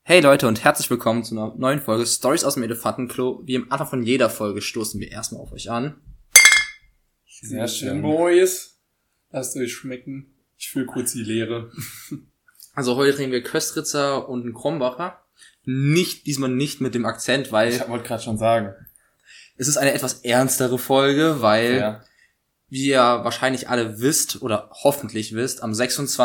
Hey Leute und herzlich willkommen zu einer neuen Folge Stories aus dem Elefantenklo. Wie am Anfang von jeder Folge stoßen wir erstmal auf euch an. Sehr schön, Boys. Lasst euch schmecken. Ich fühle kurz die Leere. Also heute trinken wir Köstritzer und einen Krombacher. Diesmal nicht mit dem Akzent, weil... Ich wollte gerade schon sagen. Es ist eine etwas ernstere Folge, weil... Wie ihr wahrscheinlich alle wisst oder hoffentlich wisst, am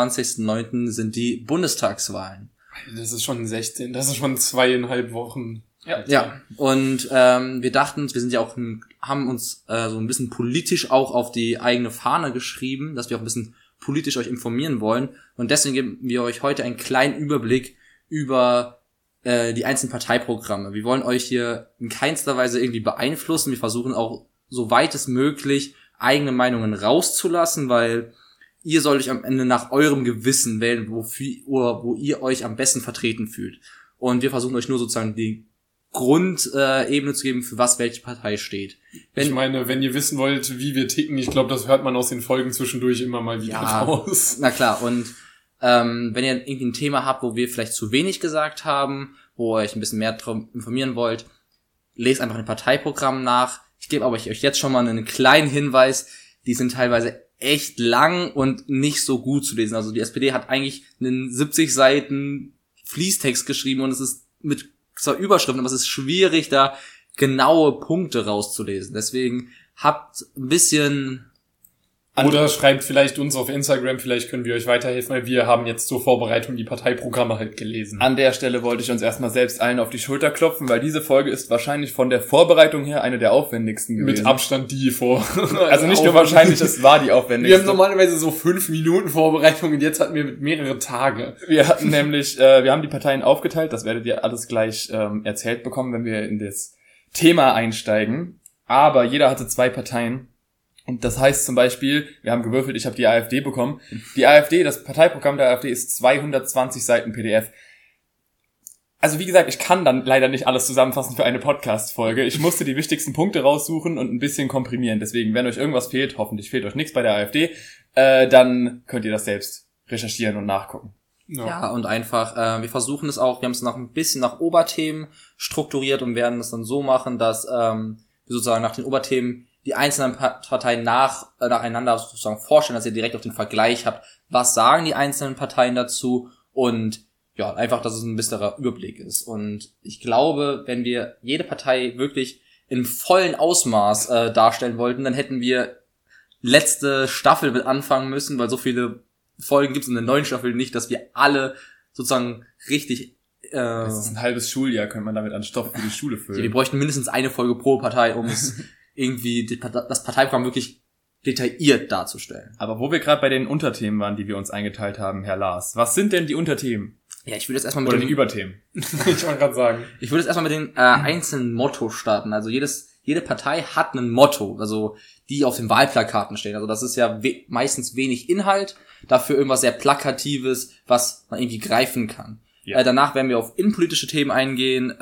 26.09. sind die Bundestagswahlen. Das ist schon 16, das ist schon 2,5 Wochen. Ja. Und wir dachten, wir sind ja auch haben uns so ein bisschen politisch auch auf die eigene Fahne geschrieben, dass wir auch ein bisschen politisch euch informieren wollen. Und deswegen geben wir euch heute einen kleinen Überblick über die einzelnen Parteiprogramme. Wir wollen euch hier in keinster Weise irgendwie beeinflussen. Wir versuchen auch, soweit es möglich, eigene Meinungen rauszulassen, weil ihr sollt euch am Ende nach eurem Gewissen wählen, wo ihr euch am besten vertreten fühlt. Und wir versuchen euch nur sozusagen die Grundebene zu geben, für was welche Partei steht. Ich meine, wenn ihr wissen wollt, wie wir ticken, ich glaube, das hört man aus den Folgen zwischendurch immer mal wieder raus. Na klar, und wenn ihr irgendwie ein Thema habt, wo wir vielleicht zu wenig gesagt haben, wo ihr euch ein bisschen mehr darüber informieren wollt, lest einfach ein Parteiprogramm nach. Ich gebe aber euch jetzt schon mal einen kleinen Hinweis, die sind teilweise echt lang und nicht so gut zu lesen. Also die SPD hat eigentlich einen 70 Seiten Fließtext geschrieben und es ist mit zwar Überschriften, aber es ist schwierig, da genaue Punkte rauszulesen. Deswegen habt ein bisschen... Oder schreibt vielleicht uns auf Instagram, vielleicht können wir euch weiterhelfen, weil wir haben jetzt zur Vorbereitung die Parteiprogramme halt gelesen. An der Stelle wollte ich uns erstmal selbst allen auf die Schulter klopfen, weil diese Folge ist wahrscheinlich von der Vorbereitung her eine der aufwendigsten gewesen. Mit Abstand die vor. Also nicht nur wahrscheinlich, es war die aufwendigste. Wir haben normalerweise so 5 Minuten Vorbereitung und jetzt hatten wir mehrere Tage. Wir hatten nämlich, wir haben die Parteien aufgeteilt, das werdet ihr alles gleich erzählt bekommen, wenn wir in das Thema einsteigen. Aber jeder hatte 2 Parteien. Und das heißt zum Beispiel, wir haben gewürfelt, ich habe die AfD bekommen. Die AfD, das Parteiprogramm der AfD ist 220 Seiten PDF. Also wie gesagt, ich kann dann leider nicht alles zusammenfassen für eine Podcast-Folge. Ich musste die wichtigsten Punkte raussuchen und ein bisschen komprimieren. Deswegen, wenn euch irgendwas fehlt, hoffentlich fehlt euch nichts bei der AfD, dann könnt ihr das selbst recherchieren und nachgucken. Ja, und einfach, wir versuchen es auch, wir haben es noch ein bisschen nach Oberthemen strukturiert und werden es dann so machen, dass wir sozusagen nach den Oberthemen die einzelnen Parteien nacheinander sozusagen vorstellen, dass ihr direkt auch den Vergleich habt, was sagen die einzelnen Parteien dazu und ja, einfach, dass es ein besserer Überblick ist. Und ich glaube, wenn wir jede Partei wirklich im vollen Ausmaß darstellen wollten, dann hätten wir letzte Staffel mit anfangen müssen, weil so viele Folgen gibt es in der neuen Staffel nicht, dass wir alle sozusagen richtig... Das ist ein halbes Schuljahr, könnte man damit an Stoff für die Schule füllen. Ja, wir bräuchten mindestens eine Folge pro Partei, um es irgendwie das Parteiprogramm wirklich detailliert darzustellen. Aber wo wir gerade bei den Unterthemen waren, die wir uns eingeteilt haben, Herr Lars, was sind denn die Unterthemen? Ja, ich würde jetzt erstmal mit Oder die Überthemen. Ich wollte gerade sagen. Ich würde jetzt erstmal mit den einzelnen Motto starten. Also jede Partei hat ein Motto, also die auf den Wahlplakaten stehen. Also das ist ja meistens wenig Inhalt, dafür irgendwas sehr Plakatives, was man irgendwie greifen kann. Ja. Danach werden wir auf innenpolitische Themen eingehen,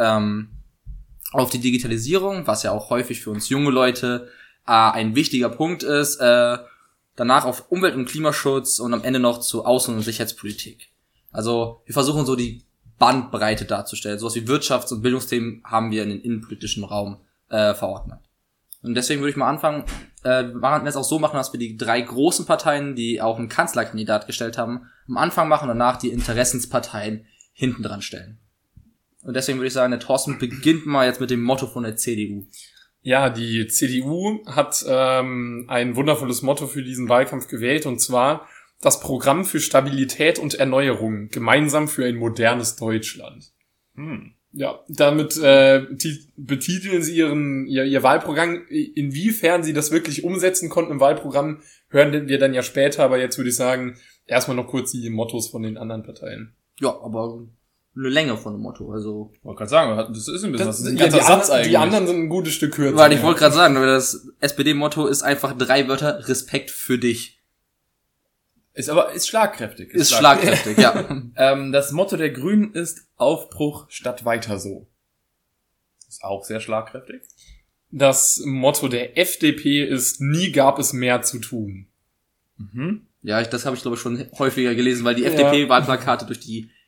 auf die Digitalisierung, was ja auch häufig für uns junge Leute ein wichtiger Punkt ist. Danach auf Umwelt- und Klimaschutz und am Ende noch zu Außen- und Sicherheitspolitik. Also wir versuchen so die Bandbreite darzustellen. Sowas wie Wirtschafts- und Bildungsthemen haben wir in den innenpolitischen Raum verordnet. Und deswegen würde ich mal anfangen, wir werden es auch so machen, dass wir die 3 großen Parteien, die auch einen Kanzlerkandidat gestellt haben, am Anfang machen und danach die Interessensparteien hinten dran stellen. Und deswegen würde ich sagen, der Thorsten beginnt mal jetzt mit dem Motto von der CDU. Ja, die CDU hat ein wundervolles Motto für diesen Wahlkampf gewählt, und zwar das Programm für Stabilität und Erneuerung, gemeinsam für ein modernes Deutschland. Ja, damit betiteln sie ihr Wahlprogramm. Inwiefern sie das wirklich umsetzen konnten im Wahlprogramm, hören wir dann ja später, aber jetzt würde ich sagen, erstmal noch kurz die Mottos von den anderen Parteien. Ja, aber eine Länge von dem Motto, also... Ich wollte gerade sagen, das ist ein bisschen das ist ein ganzer Satz eigentlich. Die anderen sind ein gutes Stück kürzer. Weil ich wollte gerade sagen, das SPD-Motto ist einfach 3 Wörter, Respekt für dich. Ist schlagkräftig. Ist schlagkräftig, ja. Das Motto der Grünen ist Aufbruch statt weiter so. Ist auch sehr schlagkräftig. Das Motto der FDP ist, nie gab es mehr zu tun. Ja, das habe ich glaube ich schon häufiger gelesen, weil die FDP-Wahlplakate durch die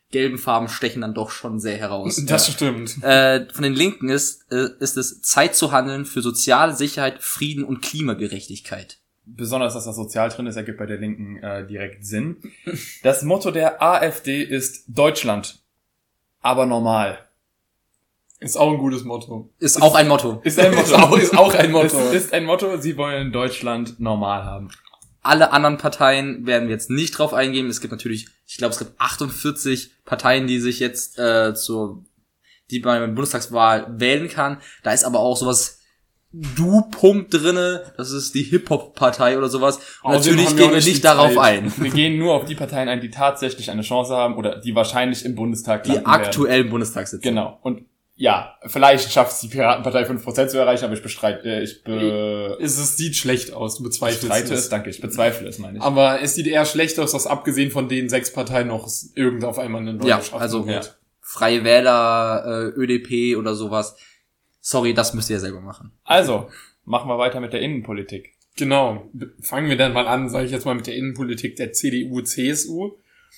gelben Farben stechen dann doch schon sehr heraus. Das stimmt. Von den Linken ist es Zeit zu handeln für soziale Sicherheit, Frieden und Klimagerechtigkeit. Besonders, dass das sozial drin ist, ergibt bei der Linken direkt Sinn. Das Motto der AfD ist Deutschland, aber normal. Ist auch ein gutes Motto. Ist auch ein Motto. Ist ein Motto. Ist auch ein Motto. Es ist ein Motto, sie wollen Deutschland normal haben. Alle anderen Parteien werden wir jetzt nicht drauf eingehen. Es gibt natürlich, ich glaube, es gibt 48 Parteien, die sich jetzt die bei der Bundestagswahl wählen kann. Da ist aber auch sowas Du-Punkt drinne, das ist die Hip-Hop-Partei oder sowas. Und natürlich gehen wir nicht darauf ein. Wir gehen nur auf die Parteien ein, die tatsächlich eine Chance haben oder die wahrscheinlich im Bundestag landen Die aktuell im Bundestag sitzen. Genau. Und ja, vielleicht schafft es die Piratenpartei 5% zu erreichen, aber Es sieht schlecht aus, du bezweifelst es. Danke, ich bezweifle es, meine ich. Aber es sieht eher schlecht aus, dass abgesehen von den 6 Parteien noch irgend auf einmal eine neue geschaffen also wird. Freie Wähler, ÖDP oder sowas. Sorry, das müsst ihr selber machen. Also, machen wir weiter mit der Innenpolitik. Genau. Fangen wir dann mal an, sage ich jetzt mal, mit der Innenpolitik der CDU, CSU.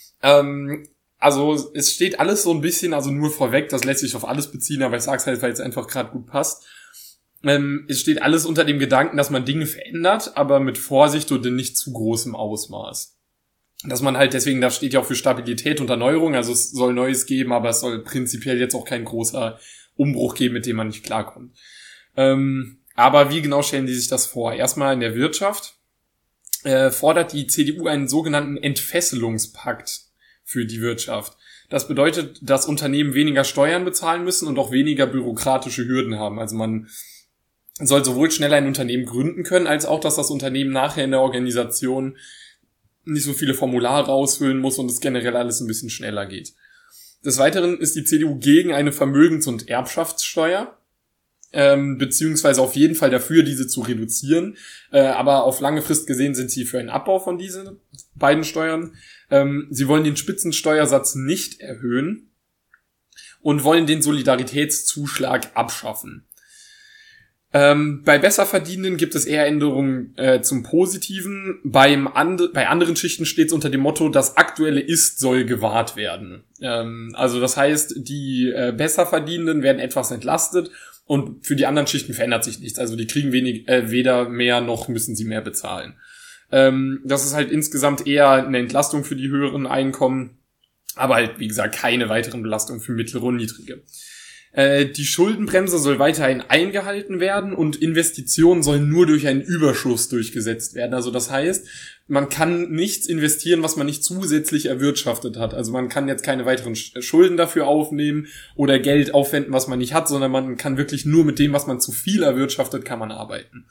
Also es steht alles so ein bisschen, also nur vorweg, das lässt sich auf alles beziehen, aber ich sag's halt, weil es einfach gerade gut passt. Es steht alles unter dem Gedanken, dass man Dinge verändert, aber mit Vorsicht und in nicht zu großem Ausmaß. Dass man halt deswegen, da steht ja auch für Stabilität und Erneuerung, also es soll Neues geben, aber es soll prinzipiell jetzt auch kein großer Umbruch geben, mit dem man nicht klarkommt. Aber wie genau stellen die sich das vor? Erstmal in der Wirtschaft fordert die CDU einen sogenannten Entfesselungspakt für die Wirtschaft. Das bedeutet, dass Unternehmen weniger Steuern bezahlen müssen und auch weniger bürokratische Hürden haben. Also man soll sowohl schneller ein Unternehmen gründen können, als auch, dass das Unternehmen nachher in der Organisation nicht so viele Formulare ausfüllen muss und es generell alles ein bisschen schneller geht. Des Weiteren ist die CDU gegen eine Vermögens- und Erbschaftssteuer, beziehungsweise auf jeden Fall dafür, diese zu reduzieren. Aber auf lange Frist gesehen sind sie für einen Abbau von diesen beiden Steuern. Sie wollen den Spitzensteuersatz nicht erhöhen und wollen den Solidaritätszuschlag abschaffen. Bei Besserverdienenden gibt es eher Änderungen zum Positiven. Bei anderen Schichten steht es unter dem Motto, das aktuelle Ist soll gewahrt werden. Also das heißt, die Besserverdienenden werden etwas entlastet und für die anderen Schichten verändert sich nichts. Also die kriegen weder mehr noch müssen sie mehr bezahlen. Das ist halt insgesamt eher eine Entlastung für die höheren Einkommen, aber halt, wie gesagt, keine weiteren Belastungen für mittlere und niedrige. Die Schuldenbremse soll weiterhin eingehalten werden und Investitionen sollen nur durch einen Überschuss durchgesetzt werden. Also das heißt, man kann nichts investieren, was man nicht zusätzlich erwirtschaftet hat. Also man kann jetzt keine weiteren Schulden dafür aufnehmen oder Geld aufwenden, was man nicht hat, sondern man kann wirklich nur mit dem, was man zu viel erwirtschaftet, kann man arbeiten.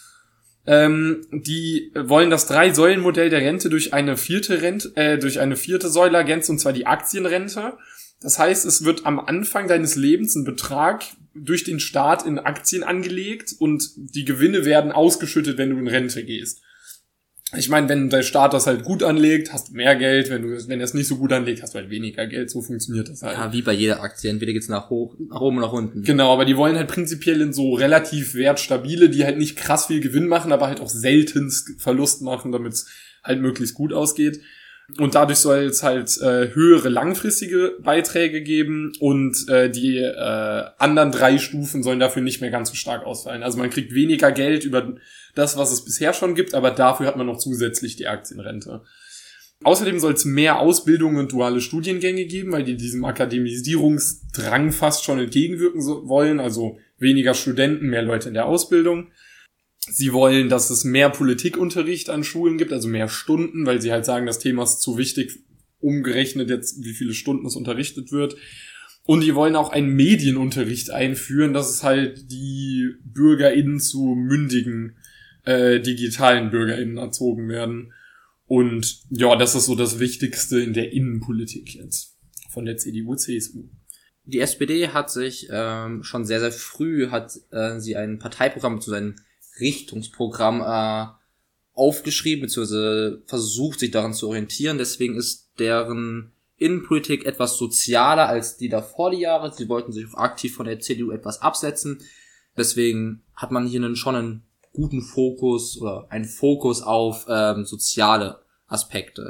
Die wollen das 3-Säulen-Modell der Rente durch eine vierte Säule ergänzen, und zwar die Aktienrente. Das heißt, es wird am Anfang deines Lebens ein Betrag durch den Staat in Aktien angelegt und die Gewinne werden ausgeschüttet, wenn du in Rente gehst. Ich meine, wenn der Staat das halt gut anlegt, hast du mehr Geld, wenn er es nicht so gut anlegt, hast du halt weniger Geld, so funktioniert das halt. Ja, wie bei jeder Aktie, entweder geht's nach oben oder nach unten. Genau, aber die wollen halt prinzipiell in so relativ wertstabile, die halt nicht krass viel Gewinn machen, aber halt auch seltenst Verlust machen, damit es halt möglichst gut ausgeht. Und dadurch soll es halt höhere langfristige Beiträge geben und die anderen 3 Stufen sollen dafür nicht mehr ganz so stark ausfallen. Also man kriegt weniger Geld über das, was es bisher schon gibt, aber dafür hat man noch zusätzlich die Aktienrente. Außerdem soll es mehr Ausbildung und duale Studiengänge geben, weil die diesem Akademisierungsdrang fast schon entgegenwirken wollen. Also weniger Studenten, mehr Leute in der Ausbildung. Sie wollen, dass es mehr Politikunterricht an Schulen gibt, also mehr Stunden, weil sie halt sagen, das Thema ist zu wichtig, umgerechnet jetzt, wie viele Stunden es unterrichtet wird. Und die wollen auch einen Medienunterricht einführen, dass es halt die BürgerInnen zu mündigen, digitalen BürgerInnen erzogen werden. Und ja, das ist so das Wichtigste in der Innenpolitik jetzt von der CDU, CSU. Die SPD hat sich schon sehr, sehr früh sie ein Parteiprogramm zu seinem Richtungsprogramm aufgeschrieben, beziehungsweise versucht, sich daran zu orientieren. Deswegen ist deren Innenpolitik etwas sozialer als die davor die Jahre. Sie wollten sich auch aktiv von der CDU etwas absetzen. Deswegen hat man hier schon einen guten Fokus oder einen Fokus auf soziale Aspekte.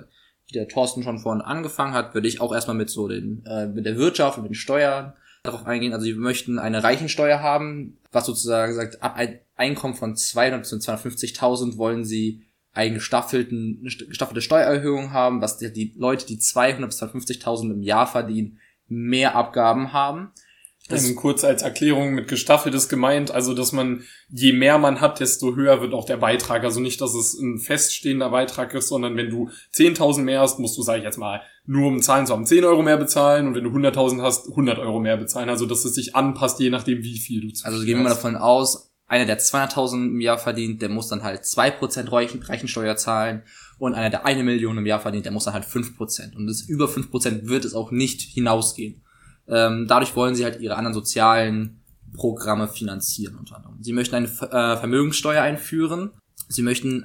wie der Thorsten schon vorhin angefangen hat, würde ich auch erstmal mit mit der Wirtschaft und den Steuern darauf eingehen. Also sie möchten eine Reichensteuer haben, was sozusagen sagt, ab ein Einkommen von 200 bis 250.000 wollen sie eine gestaffelte Steuererhöhung haben, was die Leute, die 200 bis 250.000 im Jahr verdienen, mehr Abgaben haben. Kurz als Erklärung, mit gestaffelt ist gemeint, also dass man, je mehr man hat, desto höher wird auch der Beitrag. Also nicht, dass es ein feststehender Beitrag ist, sondern wenn du 10.000 mehr hast, musst du, sage ich jetzt mal, nur um Zahlen zu haben, 10 Euro mehr bezahlen, und wenn du 100.000 hast, 100 Euro mehr bezahlen. Also dass es sich anpasst, je nachdem, wie viel du Also gehen wir mal davon aus, einer, der 200.000 im Jahr verdient, der muss dann halt 2% Reichensteuer zahlen, und einer, der 1 Million im Jahr verdient, der muss dann halt 5%. Und das über 5% wird es auch nicht hinausgehen. Dadurch wollen sie halt ihre anderen sozialen Programme finanzieren, unter anderem. Sie möchten eine Vermögenssteuer einführen. Sie möchten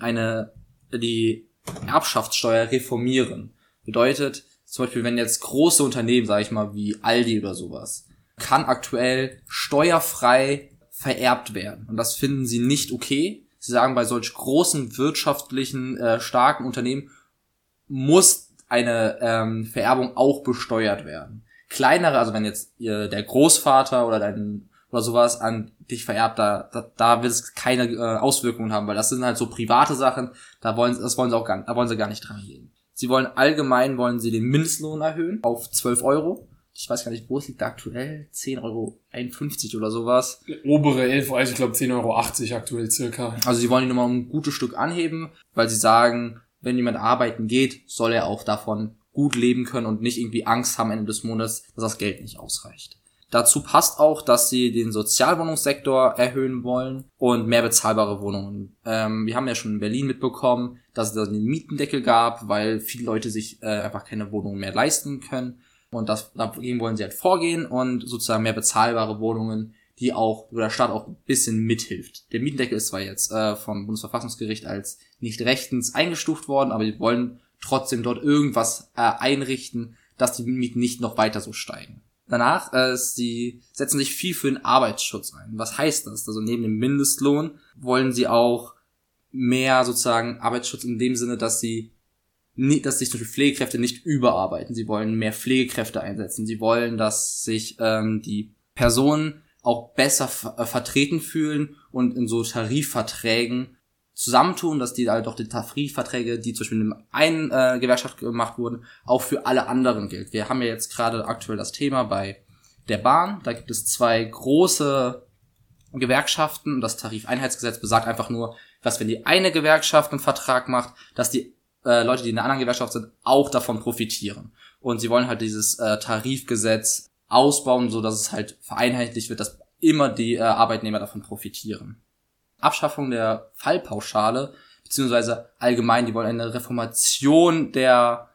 die Erbschaftssteuer reformieren. Bedeutet, zum Beispiel, wenn jetzt große Unternehmen, sage ich mal, wie Aldi oder sowas, kann aktuell steuerfrei vererbt werden. Und das finden sie nicht okay. Sie sagen, bei solch großen wirtschaftlichen, starken Unternehmen muss eine Vererbung auch besteuert werden. Kleinere, also wenn jetzt der Großvater oder sowas an dich vererbt, da wird es keine Auswirkungen haben, weil das sind halt so private Sachen, da wollen sie gar nicht dran gehen. Wollen sie den Mindestlohn erhöhen auf 12 Euro. Ich weiß gar nicht, wo es liegt aktuell, 10,51 Euro oder sowas. Obere 11, also ich glaube 10,80 Euro aktuell circa. Also sie wollen die nochmal ein gutes Stück anheben, weil sie sagen, wenn jemand arbeiten geht, soll er auch davon gut leben können und nicht irgendwie Angst haben Ende des Monats, dass das Geld nicht ausreicht. Dazu passt auch, dass sie den Sozialwohnungssektor erhöhen wollen und mehr bezahlbare Wohnungen. Wir haben ja schon in Berlin mitbekommen, dass es da den Mietendeckel gab, weil viele Leute sich einfach keine Wohnungen mehr leisten können. Und dagegen wollen sie halt vorgehen und sozusagen mehr bezahlbare Wohnungen, wo der Staat auch ein bisschen mithilft. Der Mietendeckel ist zwar jetzt vom Bundesverfassungsgericht als nicht rechtens eingestuft worden, aber die wollen trotzdem dort irgendwas einrichten, dass die Mieten nicht noch weiter so steigen. Danach, sie setzen sich viel für den Arbeitsschutz ein. Was heißt das? Also neben dem Mindestlohn wollen sie auch mehr sozusagen Arbeitsschutz in dem Sinne, dass sich zum Beispiel Pflegekräfte nicht überarbeiten. Sie wollen mehr Pflegekräfte einsetzen. Sie wollen, dass sich die Personen auch besser vertreten fühlen und in so Tarifverträgen zusammentun, dass die halt auch die Tarifverträge, die zum Beispiel in einer Gewerkschaft gemacht wurden, auch für alle anderen gilt. Wir haben ja jetzt gerade aktuell das Thema bei der Bahn. Da gibt es 2 große Gewerkschaften. Das Tarifeinheitsgesetz besagt einfach nur, dass wenn die eine Gewerkschaft einen Vertrag macht, dass die Leute, die in einer anderen Gewerkschaft sind, auch davon profitieren. Und sie wollen halt dieses Tarifgesetz ausbauen, so dass es halt vereinheitlicht wird, dass immer die Arbeitnehmer davon profitieren. Abschaffung der Fallpauschale, beziehungsweise allgemein, die wollen eine Reformation der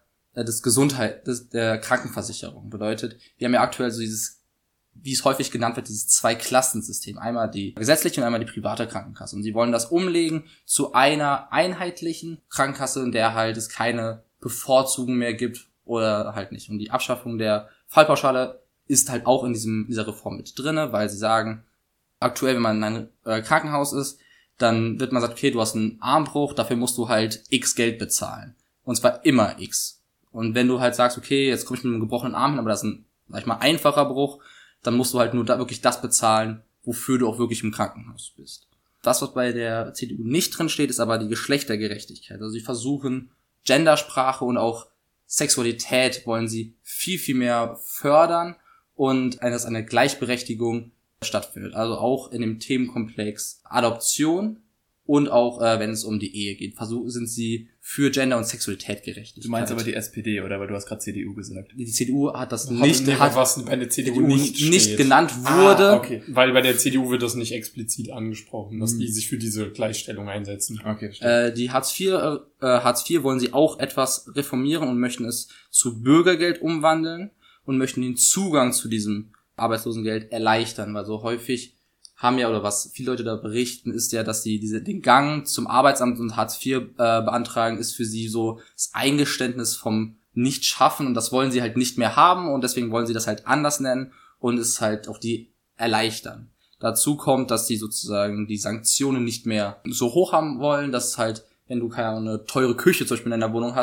Krankenversicherung. Bedeutet, wir haben ja aktuell so dieses, wie es häufig genannt wird, dieses 2-Klassensystem. Einmal die gesetzliche und einmal die private Krankenkasse. Und sie wollen das umlegen zu einer einheitlichen Krankenkasse, in der halt es keine Bevorzugung mehr gibt oder halt nicht. Und die Abschaffung der Fallpauschale ist halt auch in dieser Reform mit drinne, weil sie sagen, aktuell, wenn man in einem Krankenhaus ist, dann wird man gesagt, okay, du hast einen Armbruch, dafür musst du halt X Geld bezahlen. Und zwar immer X. Und wenn du halt sagst, okay, jetzt komme ich mit einem gebrochenen Arm hin, aber das ist ein, sag ich mal, einfacher Bruch, dann musst du halt nur wirklich das bezahlen, wofür du auch wirklich im Krankenhaus bist. Das, was bei der CDU nicht drin steht, ist aber die Geschlechtergerechtigkeit. Also sie versuchen Gendersprache und auch Sexualität wollen sie viel, viel mehr fördern und dass eine Gleichberechtigung stattfindet. Also auch in dem Themenkomplex Adoption und auch wenn es um die Ehe geht. Sind sie für Gender- und Sexualität-Gerechtigkeit. Du meinst aber die SPD, oder? Weil du hast gerade CDU gesagt. Die CDU hat das was bei der CDU nicht genannt wurde. Okay. Weil bei der CDU wird das nicht explizit angesprochen, dass die sich für diese Gleichstellung einsetzen. Okay, die Hartz IV wollen sie auch etwas reformieren und möchten es zu Bürgergeld umwandeln und möchten den Zugang zu diesem Arbeitslosengeld erleichtern, weil so häufig oder was viele Leute da berichten, ist ja, dass die den Gang zum Arbeitsamt und Hartz IV beantragen, ist für sie so das Eingeständnis vom Nicht-Schaffen, und das wollen sie halt nicht mehr haben, und deswegen wollen sie das halt anders nennen und es halt auch die erleichtern. Dazu kommt, dass sie sozusagen die Sanktionen nicht mehr so hoch haben wollen, dass halt, wenn du eine teure Küche zum Beispiel in deiner Wohnung hast,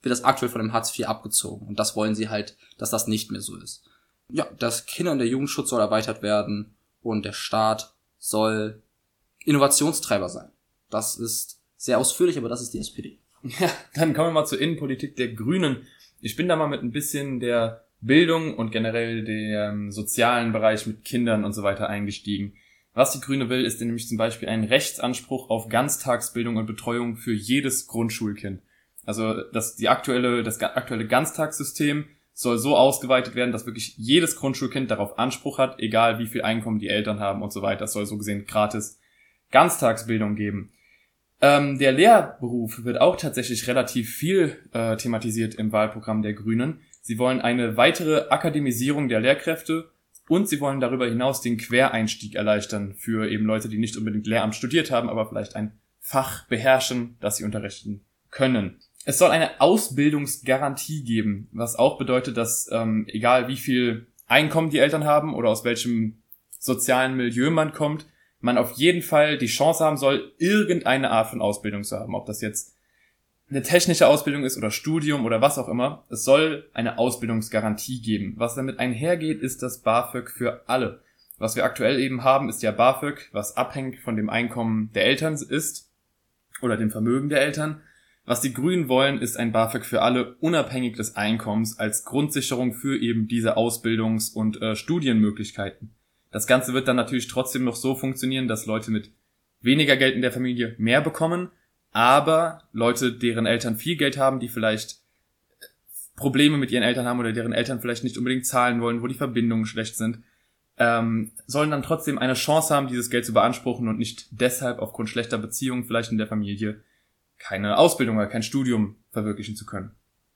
wird das aktuell von dem Hartz IV abgezogen. Und das wollen sie halt, dass das nicht mehr so ist. Ja, das Kinder- und der Jugendschutz soll erweitert werden und der Staat soll Innovationstreiber sein. Das ist sehr ausführlich, aber das ist die SPD. Ja, dann kommen wir mal zur Innenpolitik der Grünen. Ich bin da mal mit ein bisschen der Bildung und generell dem sozialen Bereich mit Kindern und so weiter eingestiegen. Was die Grüne will, ist nämlich zum Beispiel ein Rechtsanspruch auf Ganztagsbildung und Betreuung für jedes Grundschulkind. Also das aktuelle Ganztagssystem soll so ausgeweitet werden, dass wirklich jedes Grundschulkind darauf Anspruch hat, egal wie viel Einkommen die Eltern haben und so weiter. Es soll so gesehen gratis Ganztagsbildung geben. Der Lehrberuf wird auch tatsächlich relativ viel thematisiert im Wahlprogramm der Grünen. Sie wollen eine weitere Akademisierung der Lehrkräfte und sie wollen darüber hinaus den Quereinstieg erleichtern für eben Leute, die nicht unbedingt Lehramt studiert haben, aber vielleicht ein Fach beherrschen, das sie unterrichten können. Es soll eine Ausbildungsgarantie geben, was auch bedeutet, dass egal wie viel Einkommen die Eltern haben oder aus welchem sozialen Milieu man kommt, man auf jeden Fall die Chance haben soll, irgendeine Art von Ausbildung zu haben. Ob das jetzt eine technische Ausbildung ist oder Studium oder was auch immer. Es soll eine Ausbildungsgarantie geben. Was damit einhergeht, ist das BAföG für alle. Was wir aktuell eben haben, ist ja BAföG, was abhängig von dem Einkommen der Eltern ist oder dem Vermögen der Eltern. Was die Grünen wollen, ist ein BAföG für alle, unabhängig des Einkommens, als Grundsicherung für eben diese Ausbildungs- und Studienmöglichkeiten. Das Ganze wird dann natürlich trotzdem noch so funktionieren, dass Leute mit weniger Geld in der Familie mehr bekommen, aber Leute, deren Eltern viel Geld haben, die vielleicht Probleme mit ihren Eltern haben oder deren Eltern vielleicht nicht unbedingt zahlen wollen, wo die Verbindungen schlecht sind, sollen dann trotzdem eine Chance haben, dieses Geld zu beanspruchen und nicht deshalb aufgrund schlechter Beziehungen vielleicht in der Familie keine Ausbildung oder kein Studium verwirklichen zu können.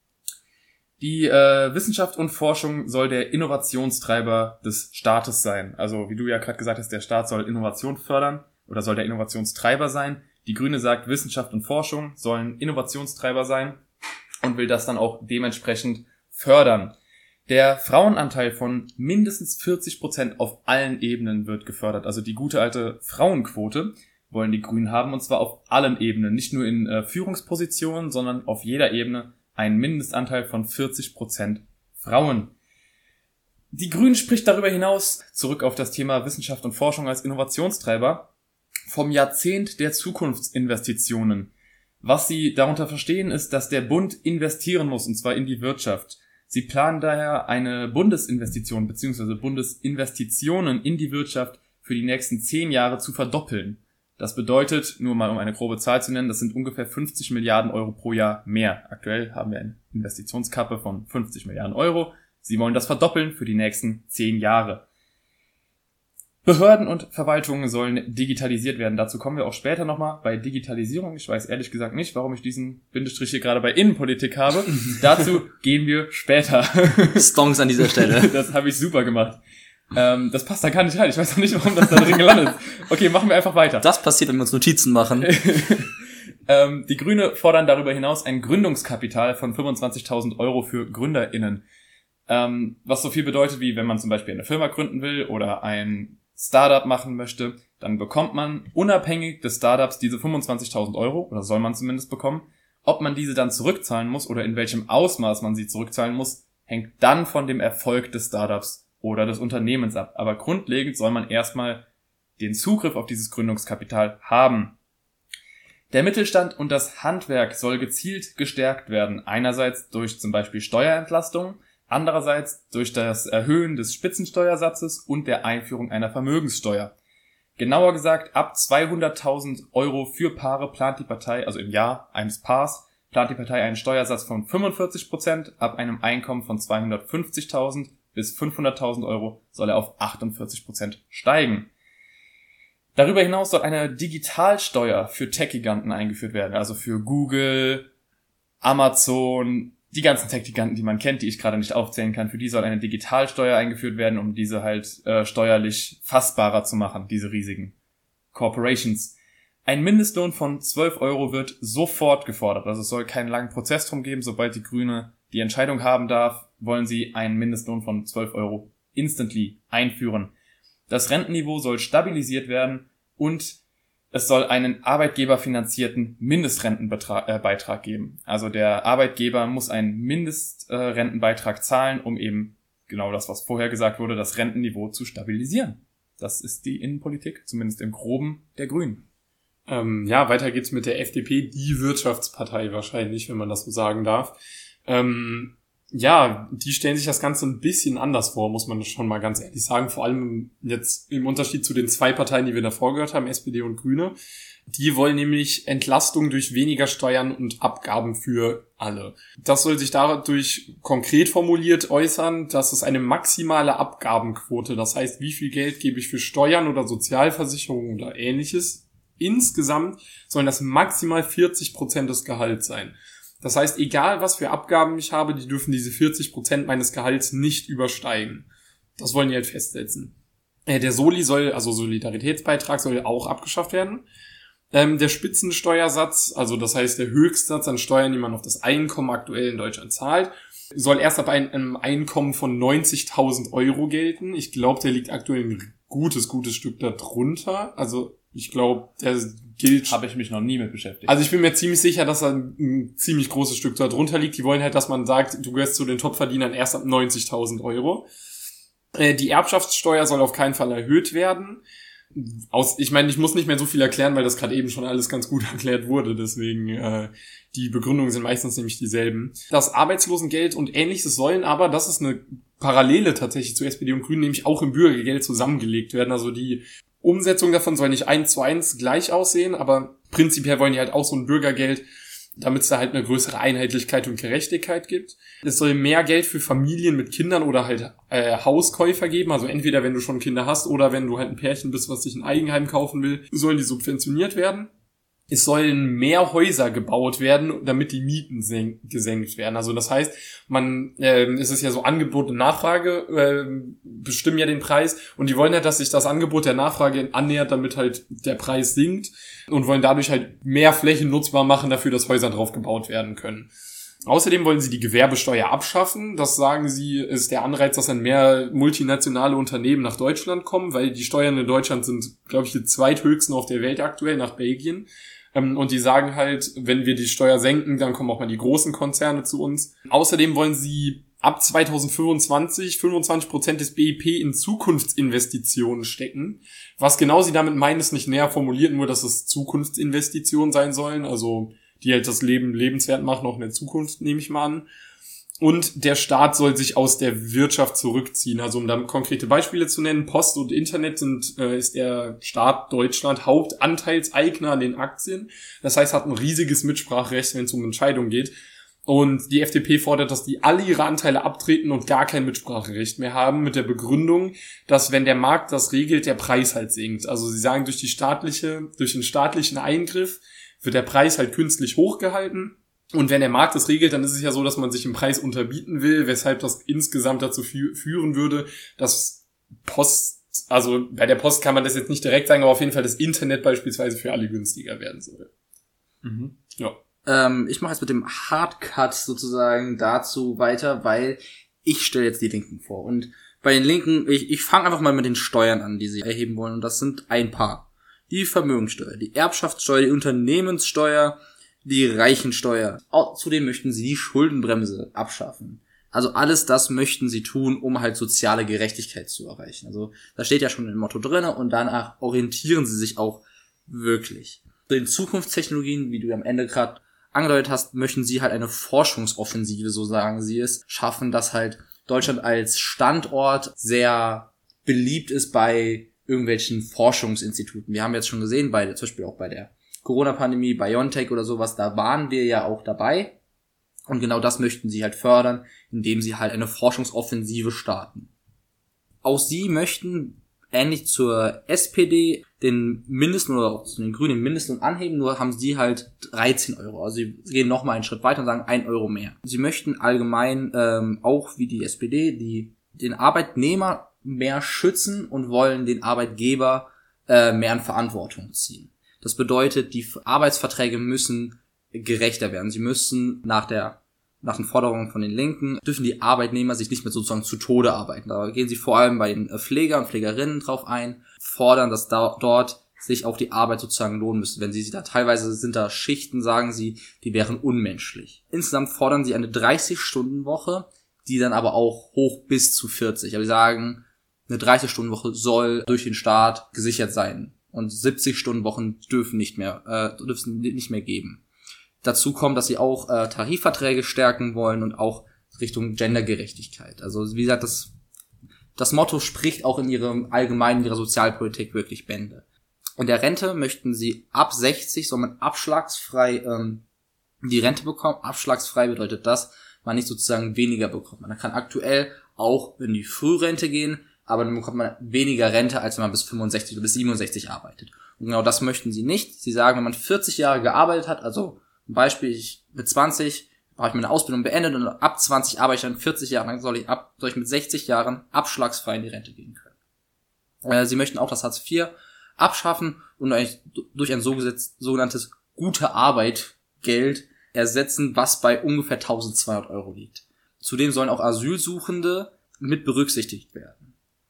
Die Wissenschaft und Forschung soll der Innovationstreiber des Staates sein. Also wie du ja gerade gesagt hast, der Staat soll Innovation fördern oder soll der Innovationstreiber sein. Die Grüne sagt, Wissenschaft und Forschung sollen Innovationstreiber sein und will das dann auch dementsprechend fördern. Der Frauenanteil von mindestens 40% auf allen Ebenen wird gefördert. Also die gute alte Frauenquote wollen die Grünen haben, und zwar auf allen Ebenen. Nicht nur in Führungspositionen, sondern auf jeder Ebene einen Mindestanteil von 40% Frauen. Die Grünen spricht darüber hinaus, zurück auf das Thema Wissenschaft und Forschung als Innovationstreiber, vom Jahrzehnt der Zukunftsinvestitionen. Was sie darunter verstehen, ist, dass der Bund investieren muss, und zwar in die Wirtschaft. Sie planen daher eine Bundesinvestition bzw. Bundesinvestitionen in die Wirtschaft für die nächsten 10 Jahre zu verdoppeln. Das bedeutet, nur mal um eine grobe Zahl zu nennen, das sind ungefähr 50 Milliarden Euro pro Jahr mehr. Aktuell haben wir eine Investitionskappe von 50 Milliarden Euro. Sie wollen das verdoppeln für die nächsten 10 Jahre. Behörden und Verwaltungen sollen digitalisiert werden. Dazu kommen wir auch später nochmal bei Digitalisierung. Ich weiß ehrlich gesagt nicht, warum ich diesen Bindestrich hier gerade bei Innenpolitik habe. Dazu gehen wir später. Stonks an dieser Stelle. Das habe ich super gemacht. Das passt da gar nicht rein. Ich weiß auch nicht, warum das da drin gelandet ist. Okay, machen wir einfach weiter. Das passiert, wenn wir uns Notizen machen. Die Grüne fordern darüber hinaus ein Gründungskapital von 25.000 Euro für GründerInnen. Was so viel bedeutet, wie wenn man zum Beispiel eine Firma gründen will oder ein Startup machen möchte, dann bekommt man unabhängig des Startups diese 25.000 Euro, oder soll man zumindest bekommen. Ob man diese dann zurückzahlen muss oder in welchem Ausmaß man sie zurückzahlen muss, hängt dann von dem Erfolg des Startups oder des Unternehmens ab. Aber grundlegend soll man erstmal den Zugriff auf dieses Gründungskapital haben. Der Mittelstand und das Handwerk soll gezielt gestärkt werden. Einerseits durch zum Beispiel Steuerentlastung, andererseits durch das Erhöhen des Spitzensteuersatzes und der Einführung einer Vermögenssteuer. Genauer gesagt, ab 200.000 Euro für Paare plant die Partei, also im Jahr eines Paars, plant die Partei einen Steuersatz von 45%, ab einem Einkommen von 250.000 bis 500.000 Euro soll er auf 48% steigen. Darüber hinaus soll eine Digitalsteuer für Tech-Giganten eingeführt werden, also für Google, Amazon, die ganzen Tech-Giganten, die man kennt, die ich gerade nicht aufzählen kann, für die soll eine Digitalsteuer eingeführt werden, um diese halt steuerlich fassbarer zu machen, diese riesigen Corporations. Ein Mindestlohn von 12 Euro wird sofort gefordert, also es soll keinen langen Prozess drum geben. Sobald die Grüne die Entscheidung haben darf, wollen sie einen Mindestlohn von 12 Euro instantly einführen. Das Rentenniveau soll stabilisiert werden und Es soll einen arbeitgeberfinanzierten Mindestrentenbeitrag geben. Also der Arbeitgeber muss einen Mindestrentenbeitrag zahlen, um eben genau das, was vorher gesagt wurde, das Rentenniveau zu stabilisieren. Das ist die Innenpolitik, zumindest im Groben, der Grünen. Weiter geht's mit der FDP, die Wirtschaftspartei wahrscheinlich, wenn man das so sagen darf. Die stellen sich das Ganze ein bisschen anders vor, muss man schon mal ganz ehrlich sagen. Vor allem jetzt im Unterschied zu den zwei Parteien, die wir davor gehört haben, SPD und Grüne. Die wollen nämlich Entlastung durch weniger Steuern und Abgaben für alle. Das soll sich dadurch konkret formuliert äußern, dass es eine maximale Abgabenquote, das heißt, wie viel Geld gebe ich für Steuern oder Sozialversicherungen oder ähnliches. Insgesamt sollen das maximal 40% des Gehalts sein. Das heißt, egal was für Abgaben ich habe, die dürfen diese 40% meines Gehalts nicht übersteigen. Das wollen die halt festsetzen. Der Solidaritätsbeitrag soll auch abgeschafft werden. Der Spitzensteuersatz, also das heißt der Höchstsatz an Steuern, die man auf das Einkommen aktuell in Deutschland zahlt, soll erst ab einem Einkommen von 90.000 Euro gelten. Ich glaube, der liegt aktuell ein gutes Stück darunter. Also ich glaube, der gilt... Habe ich mich noch nie mit beschäftigt. Also ich bin mir ziemlich sicher, dass er ein ziemlich großes Stück darunter liegt. Die wollen halt, dass man sagt, du gehörst zu den Topverdienern erst ab 90.000 Euro. Die Erbschaftssteuer soll auf keinen Fall erhöht werden. Ich muss nicht mehr so viel erklären, weil das gerade eben schon alles ganz gut erklärt wurde. Deswegen, die Begründungen sind meistens nämlich dieselben. Das Arbeitslosengeld und Ähnliches sollen aber, das ist eine Parallele tatsächlich zu SPD und Grünen, nämlich auch im Bürgergeld zusammengelegt werden. Also die Umsetzung davon soll nicht 1:1 gleich aussehen, aber prinzipiell wollen die halt auch so ein Bürgergeld, damit es da halt eine größere Einheitlichkeit und Gerechtigkeit gibt. Es soll mehr Geld für Familien mit Kindern oder halt Hauskäufer geben, also entweder wenn du schon Kinder hast oder wenn du halt ein Pärchen bist, was sich ein Eigenheim kaufen will, sollen die subventioniert werden. Es sollen mehr Häuser gebaut werden, damit die Mieten gesenkt werden. Also das heißt, es ist ja so Angebot und Nachfrage bestimmen ja den Preis und die wollen halt, dass sich das Angebot der Nachfrage annähert, damit halt der Preis sinkt und wollen dadurch halt mehr Flächen nutzbar machen dafür, dass Häuser drauf gebaut werden können. Außerdem wollen sie die Gewerbesteuer abschaffen. Das, sagen sie, ist der Anreiz, dass dann mehr multinationale Unternehmen nach Deutschland kommen, weil die Steuern in Deutschland sind, glaube ich, die zweithöchsten auf der Welt aktuell nach Belgien. Und die sagen halt, wenn wir die Steuer senken, dann kommen auch mal die großen Konzerne zu uns. Außerdem wollen sie ab 2025 25% des BIP in Zukunftsinvestitionen stecken. Was genau sie damit meinen, ist nicht näher formuliert, nur dass es Zukunftsinvestitionen sein sollen, also die halt das Leben lebenswert machen, auch in der Zukunft, nehme ich mal an. Und der Staat soll sich aus der Wirtschaft zurückziehen. Also um da konkrete Beispiele zu nennen, Post und Internet ist der Staat Deutschland Hauptanteilseigner an den Aktien. Das heißt, hat ein riesiges Mitspracherecht, wenn es um Entscheidungen geht. Und die FDP fordert, dass die alle ihre Anteile abtreten und gar kein Mitspracherecht mehr haben, mit der Begründung, dass wenn der Markt das regelt, der Preis halt sinkt. Also sie sagen, durch den staatlichen Eingriff wird der Preis halt künstlich hochgehalten. Und wenn der Markt das regelt, dann ist es ja so, dass man sich im Preis unterbieten will, weshalb das insgesamt dazu führen würde, dass also bei der Post kann man das jetzt nicht direkt sagen, aber auf jeden Fall das Internet beispielsweise für alle günstiger werden soll. Mhm. Ja. Ich mache jetzt mit dem Hardcut sozusagen dazu weiter, weil ich stelle jetzt die Linken vor. Und bei den Linken, ich fange einfach mal mit den Steuern an, die sie erheben wollen. Und das sind ein paar. Die Vermögenssteuer, die Erbschaftssteuer, die Unternehmenssteuer, die Reichensteuer. Zudem möchten sie die Schuldenbremse abschaffen. Also alles das möchten sie tun, um halt soziale Gerechtigkeit zu erreichen. Also das steht ja schon im Motto drinne und danach orientieren sie sich auch wirklich. Den Zukunftstechnologien, wie du am Ende gerade angedeutet hast, möchten sie halt eine Forschungsoffensive, so sagen sie es, schaffen, dass halt Deutschland als Standort sehr beliebt ist bei irgendwelchen Forschungsinstituten. Wir haben jetzt schon gesehen, zum Beispiel auch bei der Corona-Pandemie, BioNTech oder sowas, da waren wir ja auch dabei. Und genau das möchten sie halt fördern, indem sie halt eine Forschungsoffensive starten. Auch sie möchten, ähnlich zur SPD, den Mindestlohn oder auch zu den Grünen den Mindestlohn anheben, nur haben sie halt 13 Euro. Also sie gehen nochmal einen Schritt weiter und sagen 1 Euro mehr. Sie möchten allgemein, auch wie die SPD, den Arbeitnehmer mehr schützen und wollen den Arbeitgeber mehr in Verantwortung ziehen. Das bedeutet, die Arbeitsverträge müssen gerechter werden. Sie müssen nach den Forderungen von den Linken, dürfen die Arbeitnehmer sich nicht mehr sozusagen zu Tode arbeiten. Da gehen sie vor allem bei den Pfleger und Pflegerinnen drauf ein, fordern, dass dort sich auch die Arbeit sozusagen lohnen müsste. Wenn sie da teilweise sind da Schichten, sagen sie, die wären unmenschlich. Insgesamt fordern sie eine 30-Stunden-Woche, die dann aber auch hoch bis zu 40. Aber sie sagen, eine 30-Stunden-Woche soll durch den Staat gesichert sein. Und 70-Stunden-Wochen dürfen nicht mehr geben. Dazu kommt, dass sie auch Tarifverträge stärken wollen und auch Richtung Gendergerechtigkeit. Also wie gesagt, das Motto spricht auch in ihrer Sozialpolitik wirklich Bände. In der Rente möchten sie ab 60 soll man abschlagsfrei die Rente bekommen. Abschlagsfrei bedeutet das, man nicht sozusagen weniger bekommt. Man kann aktuell auch in die Frührente gehen, aber dann bekommt man weniger Rente, als wenn man bis 65 oder bis 67 arbeitet. Und genau das möchten sie nicht. Sie sagen, wenn man 40 Jahre gearbeitet hat, also zum Beispiel mit 20 habe ich meine Ausbildung beendet und ab 20 arbeite ich dann 40 Jahre lang, soll ich mit 60 Jahren abschlagsfrei in die Rente gehen können. Sie möchten auch das Hartz IV abschaffen und eigentlich durch ein sogenanntes gute Arbeit Geld ersetzen, was bei ungefähr 1.200 € liegt. Zudem sollen auch Asylsuchende mit berücksichtigt werden.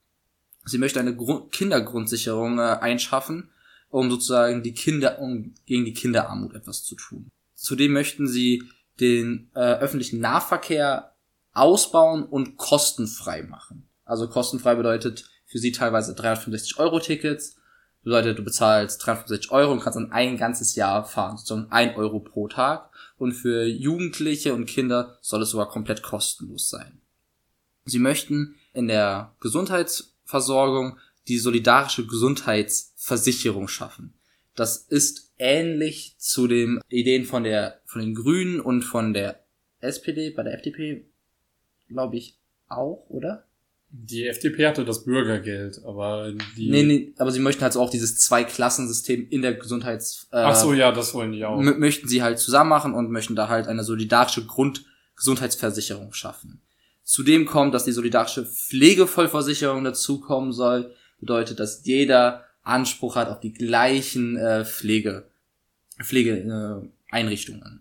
Sie möchten eine Kindergrundsicherung einschaffen, um sozusagen gegen die Kinderarmut etwas zu tun. Zudem möchten sie den öffentlichen Nahverkehr ausbauen und kostenfrei machen. Also kostenfrei bedeutet für sie teilweise 365 € Tickets. Bedeutet, du bezahlst 365 € und kannst dann ein ganzes Jahr fahren, sozusagen 1 € pro Tag. Und für Jugendliche und Kinder soll es sogar komplett kostenlos sein. Sie möchten in der Gesundheitsversorgung die solidarische Gesundheitsversicherung schaffen. Das ist ähnlich zu den Ideen von den Grünen und von der SPD, bei der FDP glaube ich auch, oder? Die FDP hatte das Bürgergeld, aber aber sie möchten halt so auch dieses Zwei-Klassen-System in der Ach so, ja, das wollen die auch. Möchten sie halt zusammen machen und möchten da halt eine solidarische Grundgesundheitsversicherung schaffen. Zudem kommt, dass die solidarische Pflegevollversicherung dazukommen soll. Bedeutet, dass jeder Anspruch hat auf die gleichen Pflegeeinrichtungen.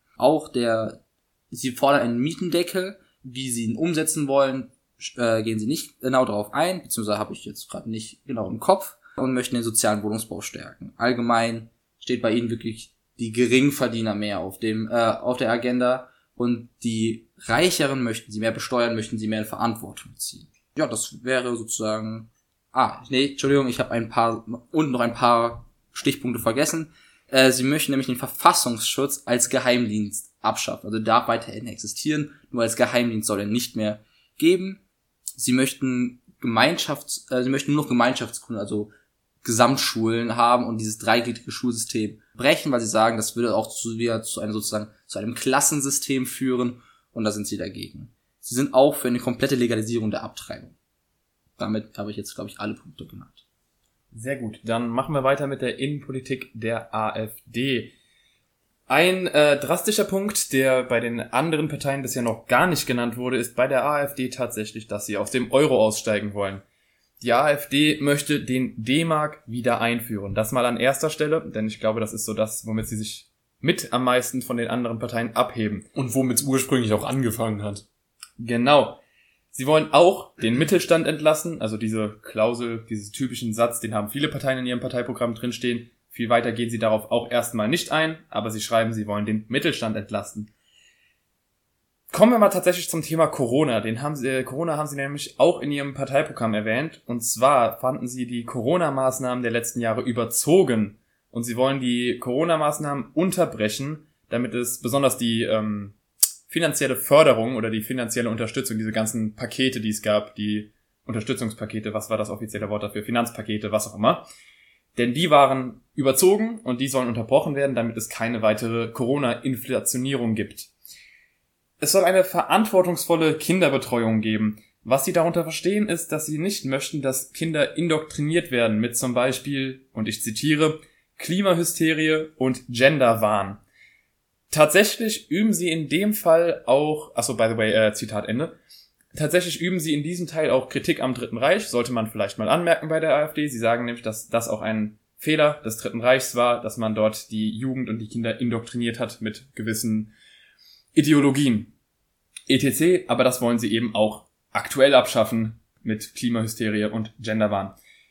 Sie fordern einen Mietendeckel. Wie sie ihn umsetzen wollen, gehen sie nicht genau darauf ein, beziehungsweise habe ich jetzt gerade nicht genau im Kopf, und möchten den sozialen Wohnungsbau stärken. Allgemein steht bei ihnen wirklich die Geringverdiener mehr auf der Agenda, und die Reicheren möchten sie mehr besteuern, möchten sie mehr in Verantwortung ziehen. Ja, das wäre sozusagen... Entschuldigung, ich habe noch ein paar Stichpunkte vergessen. Sie möchten nämlich den Verfassungsschutz als Geheimdienst abschaffen. Also darf weiterhin existieren, nur als Geheimdienst soll er nicht mehr geben. Sie möchten nur noch Gemeinschaftskunden, also Gesamtschulen haben und dieses dreigliedrige Schulsystem brechen, weil sie sagen, das würde auch zu einem Klassensystem führen, und da sind sie dagegen. Sie sind auch für eine komplette Legalisierung der Abtreibung. Damit habe ich jetzt, glaube ich, alle Punkte genannt. Sehr gut. Dann machen wir weiter mit der Innenpolitik der AfD. Ein drastischer Punkt, der bei den anderen Parteien bisher noch gar nicht genannt wurde, ist bei der AfD tatsächlich, dass sie aus dem Euro aussteigen wollen. Die AfD möchte den D-Mark wieder einführen. Das mal an erster Stelle, denn ich glaube, das ist so das, womit sie sich mit am meisten von den anderen Parteien abheben. Und womit es ursprünglich auch angefangen hat. Genau. Sie wollen auch den Mittelstand entlassen, also diese Klausel, diesen typischen Satz, den haben viele Parteien in ihrem Parteiprogramm drinstehen. Viel weiter gehen sie darauf auch erstmal nicht ein, aber sie schreiben, sie wollen den Mittelstand entlasten. Kommen wir mal tatsächlich zum Thema Corona. Corona haben sie nämlich auch in ihrem Parteiprogramm erwähnt. Und zwar fanden sie die Corona-Maßnahmen der letzten Jahre überzogen. Und sie wollen die Corona-Maßnahmen unterbrechen, damit es besonders die finanzielle Förderung oder die finanzielle Unterstützung, diese ganzen Pakete, die es gab, die Unterstützungspakete, was war das offizielle Wort dafür, Finanzpakete, was auch immer. Denn die waren überzogen und die sollen unterbrochen werden, damit es keine weitere Corona-Inflationierung gibt. Es soll eine verantwortungsvolle Kinderbetreuung geben. Was sie darunter verstehen, ist, dass sie nicht möchten, dass Kinder indoktriniert werden mit zum Beispiel, und ich zitiere, Klimahysterie und Genderwahn. Tatsächlich üben sie in dem Fall auch, Zitat Ende, tatsächlich üben sie in diesem Teil auch Kritik am Dritten Reich, sollte man vielleicht mal anmerken bei der AfD. Sie sagen nämlich, dass das auch ein Fehler des Dritten Reichs war, dass man dort die Jugend und die Kinder indoktriniert hat mit gewissen Ideologien, etc., aber das wollen sie eben auch aktuell abschaffen mit Klimahysterie und Genderwahn.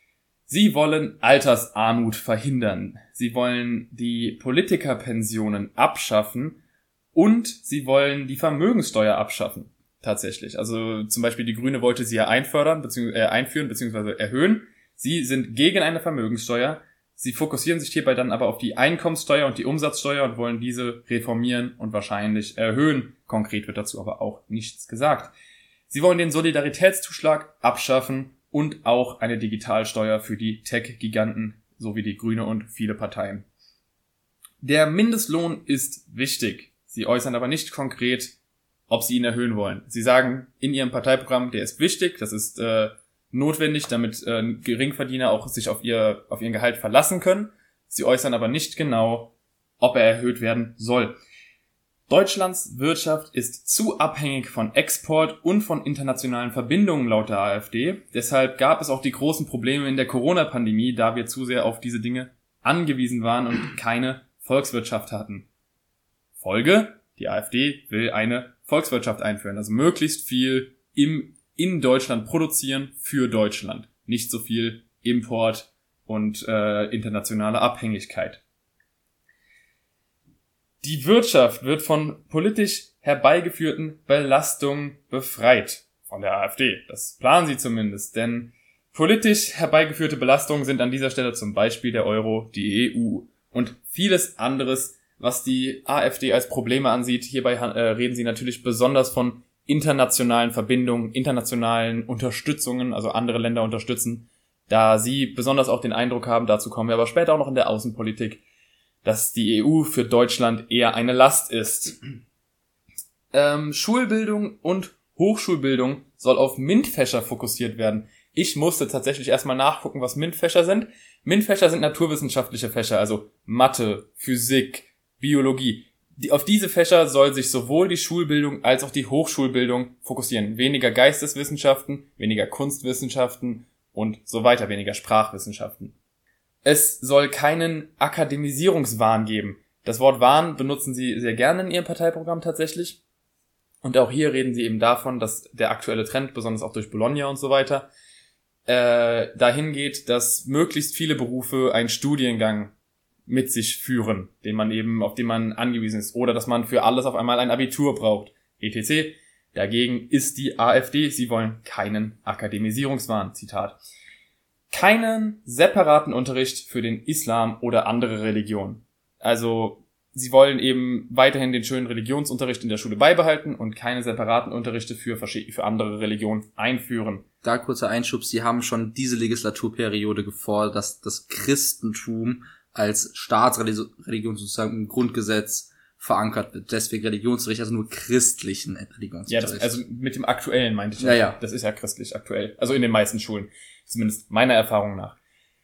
Sie wollen Altersarmut verhindern. Sie wollen die Politikerpensionen abschaffen und sie wollen die Vermögenssteuer abschaffen. Tatsächlich. Also zum Beispiel die Grüne wollte sie ja einführen bzw. erhöhen. Sie sind gegen eine Vermögenssteuer. Sie fokussieren sich hierbei dann aber auf die Einkommenssteuer und die Umsatzsteuer und wollen diese reformieren und wahrscheinlich erhöhen. Konkret wird dazu aber auch nichts gesagt. Sie wollen den Solidaritätszuschlag abschaffen und auch eine Digitalsteuer für die Tech-Giganten, sowie die Grüne und viele Parteien. Der Mindestlohn ist wichtig. Sie äußern aber nicht konkret, ob sie ihn erhöhen wollen. Sie sagen in ihrem Parteiprogramm, der ist wichtig, das ist notwendig, damit Geringverdiener auch sich auf ihren Gehalt verlassen können. Sie äußern aber nicht genau, ob er erhöht werden soll. Deutschlands Wirtschaft ist zu abhängig von Export und von internationalen Verbindungen laut der AfD. Deshalb gab es auch die großen Probleme in der Corona-Pandemie, da wir zu sehr auf diese Dinge angewiesen waren und keine Volkswirtschaft hatten. Folge: Die AfD will eine Volkswirtschaft einführen, also möglichst viel in Deutschland produzieren für Deutschland. Nicht so viel Import und internationale Abhängigkeit. Die Wirtschaft wird von politisch herbeigeführten Belastungen befreit. Von der AfD. Das planen sie zumindest, denn politisch herbeigeführte Belastungen sind an dieser Stelle zum Beispiel der Euro, die EU und vieles anderes, was die AfD als Probleme ansieht. Hierbei reden sie natürlich besonders von internationalen Verbindungen, internationalen Unterstützungen, also andere Länder unterstützen, da sie besonders auch den Eindruck haben, dazu kommen wir aber später auch noch in der Außenpolitik, dass die EU für Deutschland eher eine Last ist. Schulbildung und Hochschulbildung soll auf MINT-Fächer fokussiert werden. Ich musste tatsächlich erstmal nachgucken, was MINT-Fächer sind. MINT-Fächer sind naturwissenschaftliche Fächer, also Mathe, Physik, Biologie. Auf diese Fächer soll sich sowohl die Schulbildung als auch die Hochschulbildung fokussieren. Weniger Geisteswissenschaften, weniger Kunstwissenschaften und so weiter, weniger Sprachwissenschaften. Es soll keinen Akademisierungswahn geben. Das Wort Wahn benutzen sie sehr gerne in ihrem Parteiprogramm tatsächlich. Und auch hier reden sie eben davon, dass der aktuelle Trend, besonders auch durch Bologna und so weiter, dahin geht, dass möglichst viele Berufe einen Studiengang mit sich führen, auf den man angewiesen ist, oder dass man für alles auf einmal ein Abitur braucht, etc. Dagegen ist die AfD, sie wollen keinen Akademisierungswahn, Zitat. Keinen separaten Unterricht für den Islam oder andere Religionen. Also sie wollen eben weiterhin den schönen Religionsunterricht in der Schule beibehalten und keine separaten Unterrichte für andere Religionen einführen. Da kurzer Einschub, sie haben schon diese Legislaturperiode gefordert, dass das Christentum als Staatsreligion sozusagen im Grundgesetz verankert wird. Deswegen Religionsunterricht, also nur christlichen Religionsunterricht. Ja, also mit dem aktuellen meinte ich. Ja. Das ist ja christlich aktuell. Also in den meisten Schulen. Zumindest meiner Erfahrung nach.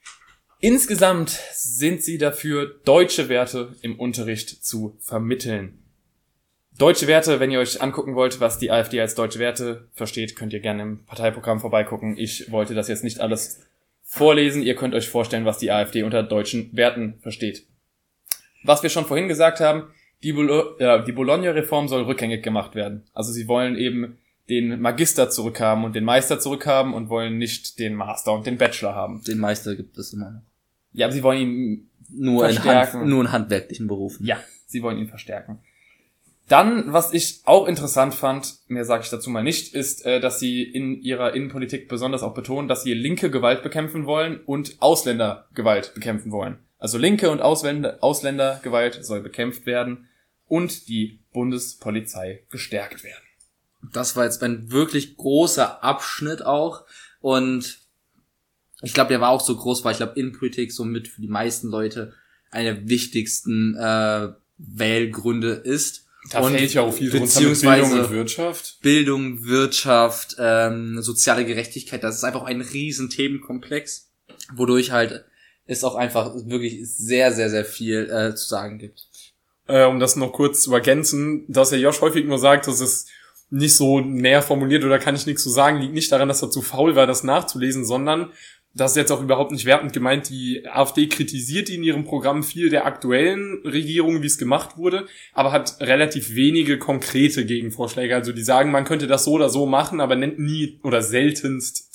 Insgesamt sind sie dafür, deutsche Werte im Unterricht zu vermitteln. Deutsche Werte, wenn ihr euch angucken wollt, was die AfD als deutsche Werte versteht, könnt ihr gerne im Parteiprogramm vorbeigucken. Ich wollte das jetzt nicht alles vorlesen. Ihr könnt euch vorstellen, was die AfD unter deutschen Werten versteht. Was wir schon vorhin gesagt haben, die Bologna-Reform soll rückgängig gemacht werden. Also sie wollen eben den Magister zurückhaben und den Meister zurückhaben und wollen nicht den Master und den Bachelor haben. Den Meister gibt es immer noch. Ja, aber sie wollen ihn nur verstärken. Nur in handwerklichen Berufen. Ja, sie wollen ihn verstärken. Dann, was ich auch interessant fand, mehr sage ich dazu mal nicht, ist, dass sie in ihrer Innenpolitik besonders auch betonen, dass sie linke Gewalt bekämpfen wollen und Ausländergewalt bekämpfen wollen. Also linke und Ausländergewalt soll bekämpft werden und die Bundespolizei gestärkt werden. Das war jetzt ein wirklich großer Abschnitt auch und ich glaube, der war auch so groß, weil ich glaube, Innenpolitik somit für die meisten Leute eine der wichtigsten Wählgründe ist. Da fällt ja auch viel drunter mit Bildung und Wirtschaft. Bildung, Wirtschaft, soziale Gerechtigkeit, das ist einfach ein riesen Themenkomplex, wodurch halt es auch einfach wirklich sehr, sehr, sehr viel zu sagen gibt. Um das noch kurz zu ergänzen, dass Josh häufig nur sagt, dass es nicht so näher formuliert oder kann ich nichts zu sagen, liegt nicht daran, dass er zu faul war, das nachzulesen, sondern das ist jetzt auch überhaupt nicht wertend gemeint. Die AfD kritisiert in ihrem Programm viel der aktuellen Regierung, wie es gemacht wurde, aber hat relativ wenige konkrete Gegenvorschläge. Also die sagen, man könnte das so oder so machen, aber nennt nie oder seltenst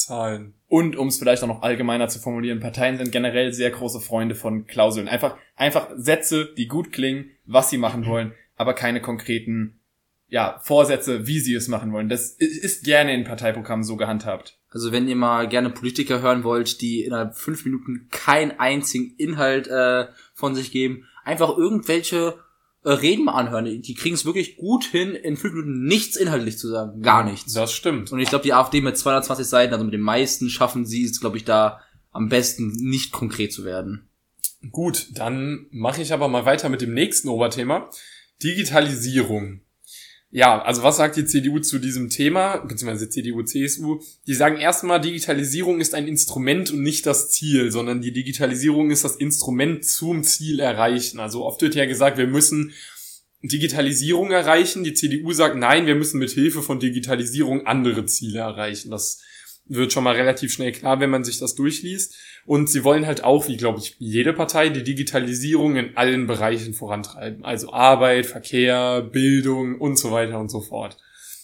Zahlen. Und um es vielleicht auch noch allgemeiner zu formulieren, Parteien sind generell sehr große Freunde von Klauseln. Einfach Sätze, die gut klingen, was sie machen wollen, aber keine konkreten Vorsätze, wie sie es machen wollen. Das ist gerne in Parteiprogrammen so gehandhabt. Also wenn ihr mal gerne Politiker hören wollt, die innerhalb 5 Minuten keinen einzigen Inhalt von sich geben, einfach irgendwelche Reden mal anhören. Die kriegen es wirklich gut hin, in 5 Minuten nichts inhaltlich zu sagen. Gar nichts. Das stimmt. Und ich glaube, die AfD mit 220 Seiten, also mit den meisten, schaffen sie es, glaube ich, da am besten nicht konkret zu werden. Gut, dann mache ich aber mal weiter mit dem nächsten Oberthema. Digitalisierung. Ja, also was sagt die CDU zu diesem Thema, beziehungsweise CDU, CSU? Die sagen erstmal, Digitalisierung ist ein Instrument und nicht das Ziel, sondern die Digitalisierung ist das Instrument zum Ziel erreichen. Also oft wird ja gesagt, wir müssen Digitalisierung erreichen. Die CDU sagt, nein, wir müssen mit Hilfe von Digitalisierung andere Ziele erreichen. Das wird schon mal relativ schnell klar, wenn man sich das durchliest. Und sie wollen halt auch, wie glaube ich jede Partei, die Digitalisierung in allen Bereichen vorantreiben. Also Arbeit, Verkehr, Bildung und so weiter und so fort.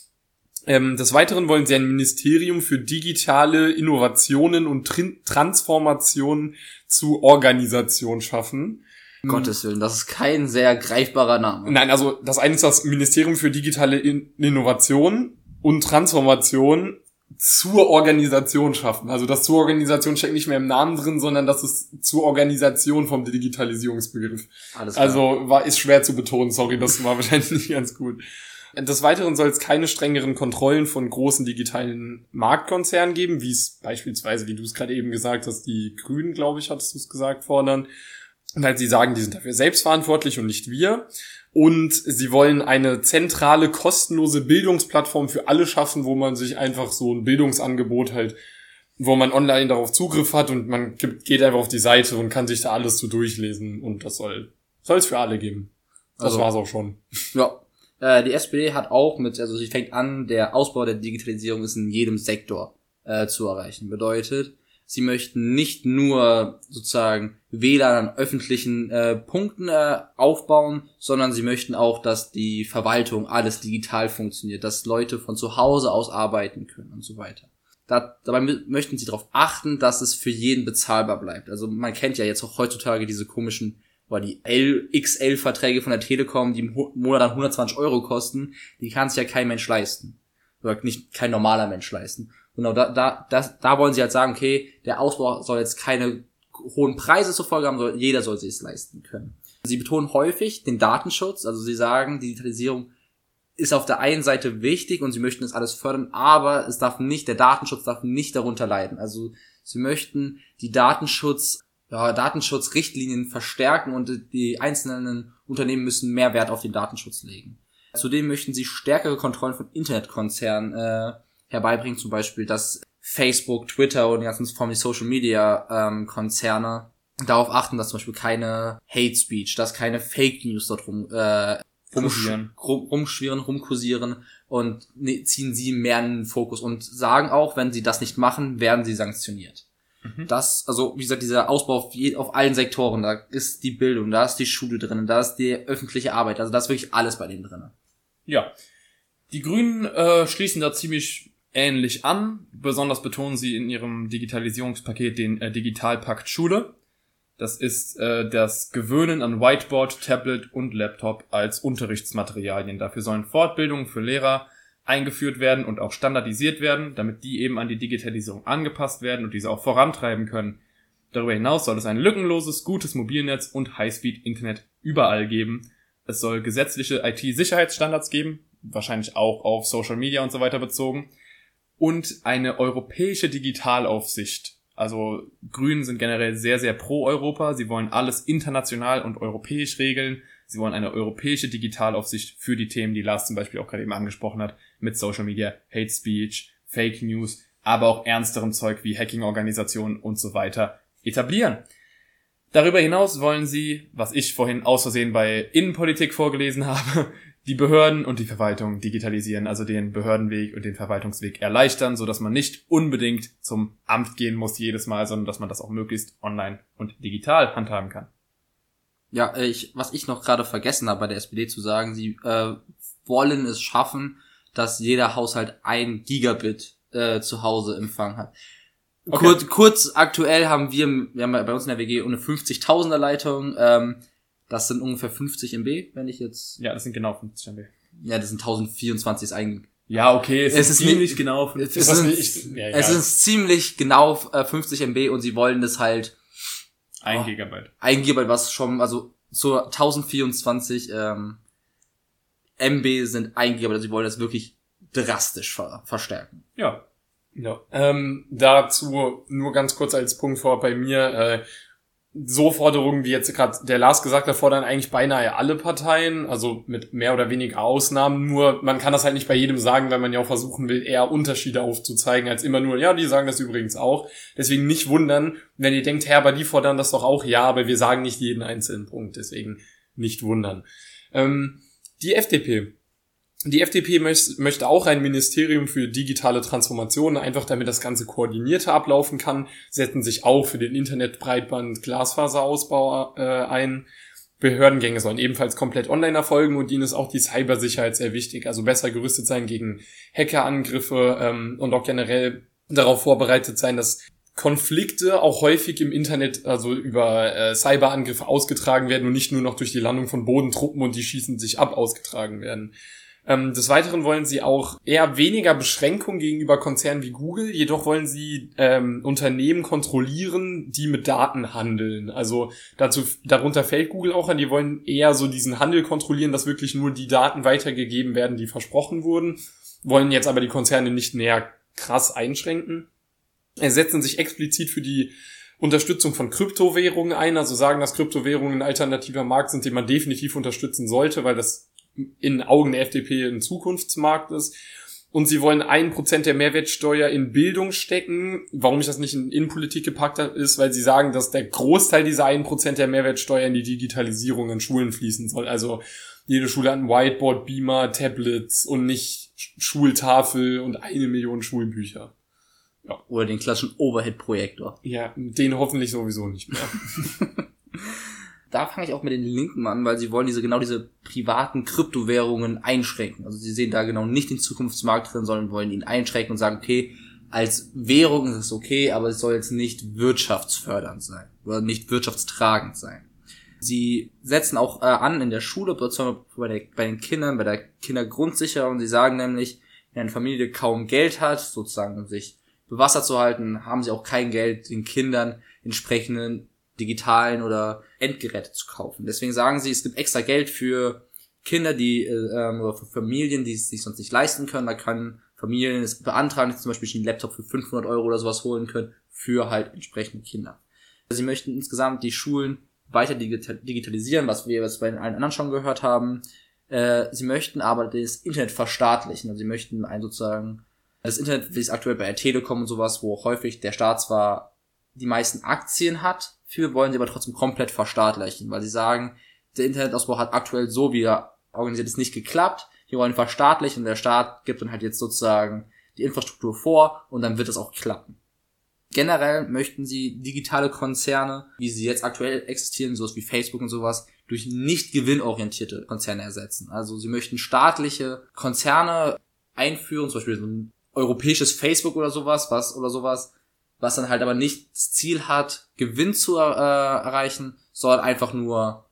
Des Weiteren wollen sie ein Ministerium für digitale Innovationen und Transformationen zu Organisation schaffen. Gottes Willen, das ist kein sehr greifbarer Name. Nein, also das eine ist das Ministerium für digitale Innovation und Transformation zur Organisation schaffen. Also das zur Organisation steckt nicht mehr im Namen drin, sondern das ist zur Organisation vom Digitalisierungsbegriff. Alles klar. Also ist schwer zu betonen, sorry, das war wahrscheinlich nicht ganz gut. Des Weiteren soll es keine strengeren Kontrollen von großen digitalen Marktkonzernen geben, wie es beispielsweise, wie du es gerade eben gesagt hast, die Grünen, glaube ich, hattest du es gesagt, fordern. Und halt sie sagen, die sind dafür selbstverantwortlich und nicht wir. Und sie wollen eine zentrale, kostenlose Bildungsplattform für alle schaffen, wo man sich einfach so ein Bildungsangebot halt, wo man online darauf Zugriff hat und man geht einfach auf die Seite und kann sich da alles so durchlesen. Und das soll es für alle geben. Das war's auch schon. Ja. Die SPD hat auch also sie fängt an, der Ausbau der Digitalisierung ist in jedem Sektor zu erreichen. Bedeutet, sie möchten nicht nur sozusagen WLAN an öffentlichen Punkten aufbauen, sondern sie möchten auch, dass die Verwaltung alles digital funktioniert, dass Leute von zu Hause aus arbeiten können und so weiter. Dabei möchten sie darauf achten, dass es für jeden bezahlbar bleibt. Also man kennt ja jetzt auch heutzutage diese komischen die XL-Verträge von der Telekom, die im Monat dann 120 € kosten, die kann sich ja kein Mensch leisten. Oder kein normaler Mensch leisten. Genau, da wollen sie halt sagen, okay, der Ausbau soll jetzt keine hohen Preise zur Folge haben, jeder soll sich es leisten können. Sie betonen häufig den Datenschutz, also sie sagen, die Digitalisierung ist auf der einen Seite wichtig und sie möchten das alles fördern, aber der Datenschutz darf nicht darunter leiden. Also sie möchten die Datenschutzrichtlinien verstärken und die einzelnen Unternehmen müssen mehr Wert auf den Datenschutz legen. Zudem möchten sie stärkere Kontrollen von Internetkonzernen herbeibringen, zum Beispiel, dass Facebook, Twitter und die ganzen Social Media Konzerne darauf achten, dass zum Beispiel keine Hate Speech, dass keine Fake News dort rumkursieren und ziehen sie mehr in den Fokus und sagen auch, wenn sie das nicht machen, werden sie sanktioniert. Also wie gesagt, dieser Ausbau auf allen Sektoren, da ist die Bildung, da ist die Schule drin, da ist die öffentliche Arbeit, also da ist wirklich alles bei denen drin. Ja, die Grünen schließen da ziemlich ähnlich an. Besonders betonen sie in ihrem Digitalisierungspaket den Digitalpakt Schule. Das ist das Gewöhnen an Whiteboard, Tablet und Laptop als Unterrichtsmaterialien. Dafür sollen Fortbildungen für Lehrer eingeführt werden und auch standardisiert werden, damit die eben an die Digitalisierung angepasst werden und diese auch vorantreiben können. Darüber hinaus soll es ein lückenloses, gutes Mobilnetz und Highspeed-Internet überall geben. Es soll gesetzliche IT-Sicherheitsstandards geben, wahrscheinlich auch auf Social Media und so weiter bezogen. Und eine europäische Digitalaufsicht. Also Grünen sind generell sehr, sehr pro Europa. Sie wollen alles international und europäisch regeln. Sie wollen eine europäische Digitalaufsicht für die Themen, die Lars zum Beispiel auch gerade eben angesprochen hat, mit Social Media, Hate Speech, Fake News, aber auch ernsterem Zeug wie Hacking-Organisationen und so weiter etablieren. Darüber hinaus wollen sie, was ich vorhin aus Versehen bei Innenpolitik vorgelesen habe, die Behörden und die Verwaltung digitalisieren, also den Behördenweg und den Verwaltungsweg erleichtern, so dass man nicht unbedingt zum Amt gehen muss jedes Mal, sondern dass man das auch möglichst online und digital handhaben kann. Ja, was ich noch gerade vergessen habe bei der SPD zu sagen, sie wollen es schaffen, dass jeder Haushalt 1 Gigabit zu Hause Empfang hat. Okay. Kurz aktuell haben wir bei uns in der WG eine 50.000er Leitung. Das sind ungefähr 50 MB, wenn ich jetzt... Ja, das sind genau 50 MB. Ja, das sind 1024 ist eigentlich... Ja, okay, es ist ziemlich genau 50. 50. Es sind ziemlich genau 50 MB und sie wollen das halt... 1 Gigabyte. 1 Gigabyte, was schon, also zu 1024 MB sind 1 Gigabyte, also sie wollen das wirklich drastisch verstärken. Ja. Dazu nur ganz kurz als Punkt vor bei mir, so Forderungen, wie jetzt gerade der Lars gesagt hat, fordern eigentlich beinahe alle Parteien, also mit mehr oder weniger Ausnahmen, nur man kann das halt nicht bei jedem sagen, weil man ja auch versuchen will, eher Unterschiede aufzuzeigen, als immer nur, ja, die sagen das übrigens auch. Deswegen nicht wundern, wenn ihr denkt, aber die fordern das doch auch, ja, aber wir sagen nicht jeden einzelnen Punkt, deswegen nicht wundern. Die FDP möchte auch ein Ministerium für digitale Transformation, einfach damit das Ganze koordinierter ablaufen kann, setzen sich auch für den Internet-Breitband-Glasfaserausbau ein. Behördengänge sollen ebenfalls komplett online erfolgen und ihnen ist auch die Cybersicherheit sehr wichtig, also besser gerüstet sein gegen Hackerangriffe und auch generell darauf vorbereitet sein, dass Konflikte auch häufig im Internet, also über Cyberangriffe ausgetragen werden und nicht nur noch durch die Landung von Bodentruppen und die schießen sich ab ausgetragen werden. Des Weiteren wollen sie auch eher weniger Beschränkungen gegenüber Konzernen wie Google, jedoch wollen sie Unternehmen kontrollieren, die mit Daten handeln. Also darunter fällt Google auch an, die wollen eher so diesen Handel kontrollieren, dass wirklich nur die Daten weitergegeben werden, die versprochen wurden, wollen jetzt aber die Konzerne nicht näher krass einschränken. Setzen sich explizit für die Unterstützung von Kryptowährungen ein, also sagen, dass Kryptowährungen ein alternativer Markt sind, den man definitiv unterstützen sollte, weil das in Augen der FDP ein Zukunftsmarkt ist. Und sie wollen 1% der Mehrwertsteuer in Bildung stecken. Warum ich das nicht in Innenpolitik gepackt habe, ist, weil sie sagen, dass der Großteil dieser 1% der Mehrwertsteuer in die Digitalisierung in Schulen fließen soll. Also jede Schule hat ein Whiteboard, Beamer, Tablets und nicht Schultafel und 1 Million Schulbücher. Ja. Oder den klassischen Overhead-Projektor. Ja, den hoffentlich sowieso nicht mehr. Da fange ich auch mit den Linken an, weil sie wollen diese privaten Kryptowährungen einschränken. Also sie sehen da genau nicht den Zukunftsmarkt drin, sondern wollen ihn einschränken und sagen, okay, als Währung ist es okay, aber es soll jetzt nicht wirtschaftsfördernd sein oder nicht wirtschaftstragend sein. Sie setzen auch an in der Schule, bei den Kindern, bei der Kindergrundsicherung. Sie sagen nämlich, wenn eine Familie kaum Geld hat, sozusagen um sich bewassert zu halten, haben sie auch kein Geld, den Kindern entsprechenden digitalen oder Endgeräte zu kaufen. Deswegen sagen sie, es gibt extra Geld für Kinder, oder für Familien, die es sich sonst nicht leisten können. Da können Familien es beantragen, dass zum Beispiel einen Laptop für 500 € oder sowas holen können, für halt entsprechende Kinder. Sie möchten insgesamt die Schulen weiter digitalisieren, was wir jetzt bei allen anderen schon gehört haben. Sie möchten aber das Internet verstaatlichen. Also sie möchten sozusagen das Internet, wie es aktuell bei der Telekom und sowas, wo häufig der Staat zwar die meisten Aktien hat, wollen sie aber trotzdem komplett verstaatlichen, weil sie sagen, der Internetausbau hat aktuell so, wie er organisiert ist, nicht geklappt. Wir wollen verstaatlichen und der Staat gibt dann halt jetzt sozusagen die Infrastruktur vor und dann wird es auch klappen. Generell möchten sie digitale Konzerne, wie sie jetzt aktuell existieren, sowas wie Facebook und sowas, durch nicht gewinnorientierte Konzerne ersetzen. Also sie möchten staatliche Konzerne einführen, zum Beispiel so ein europäisches Facebook oder sowas, was dann halt aber nicht das Ziel hat, Gewinn zu erreichen, sondern einfach nur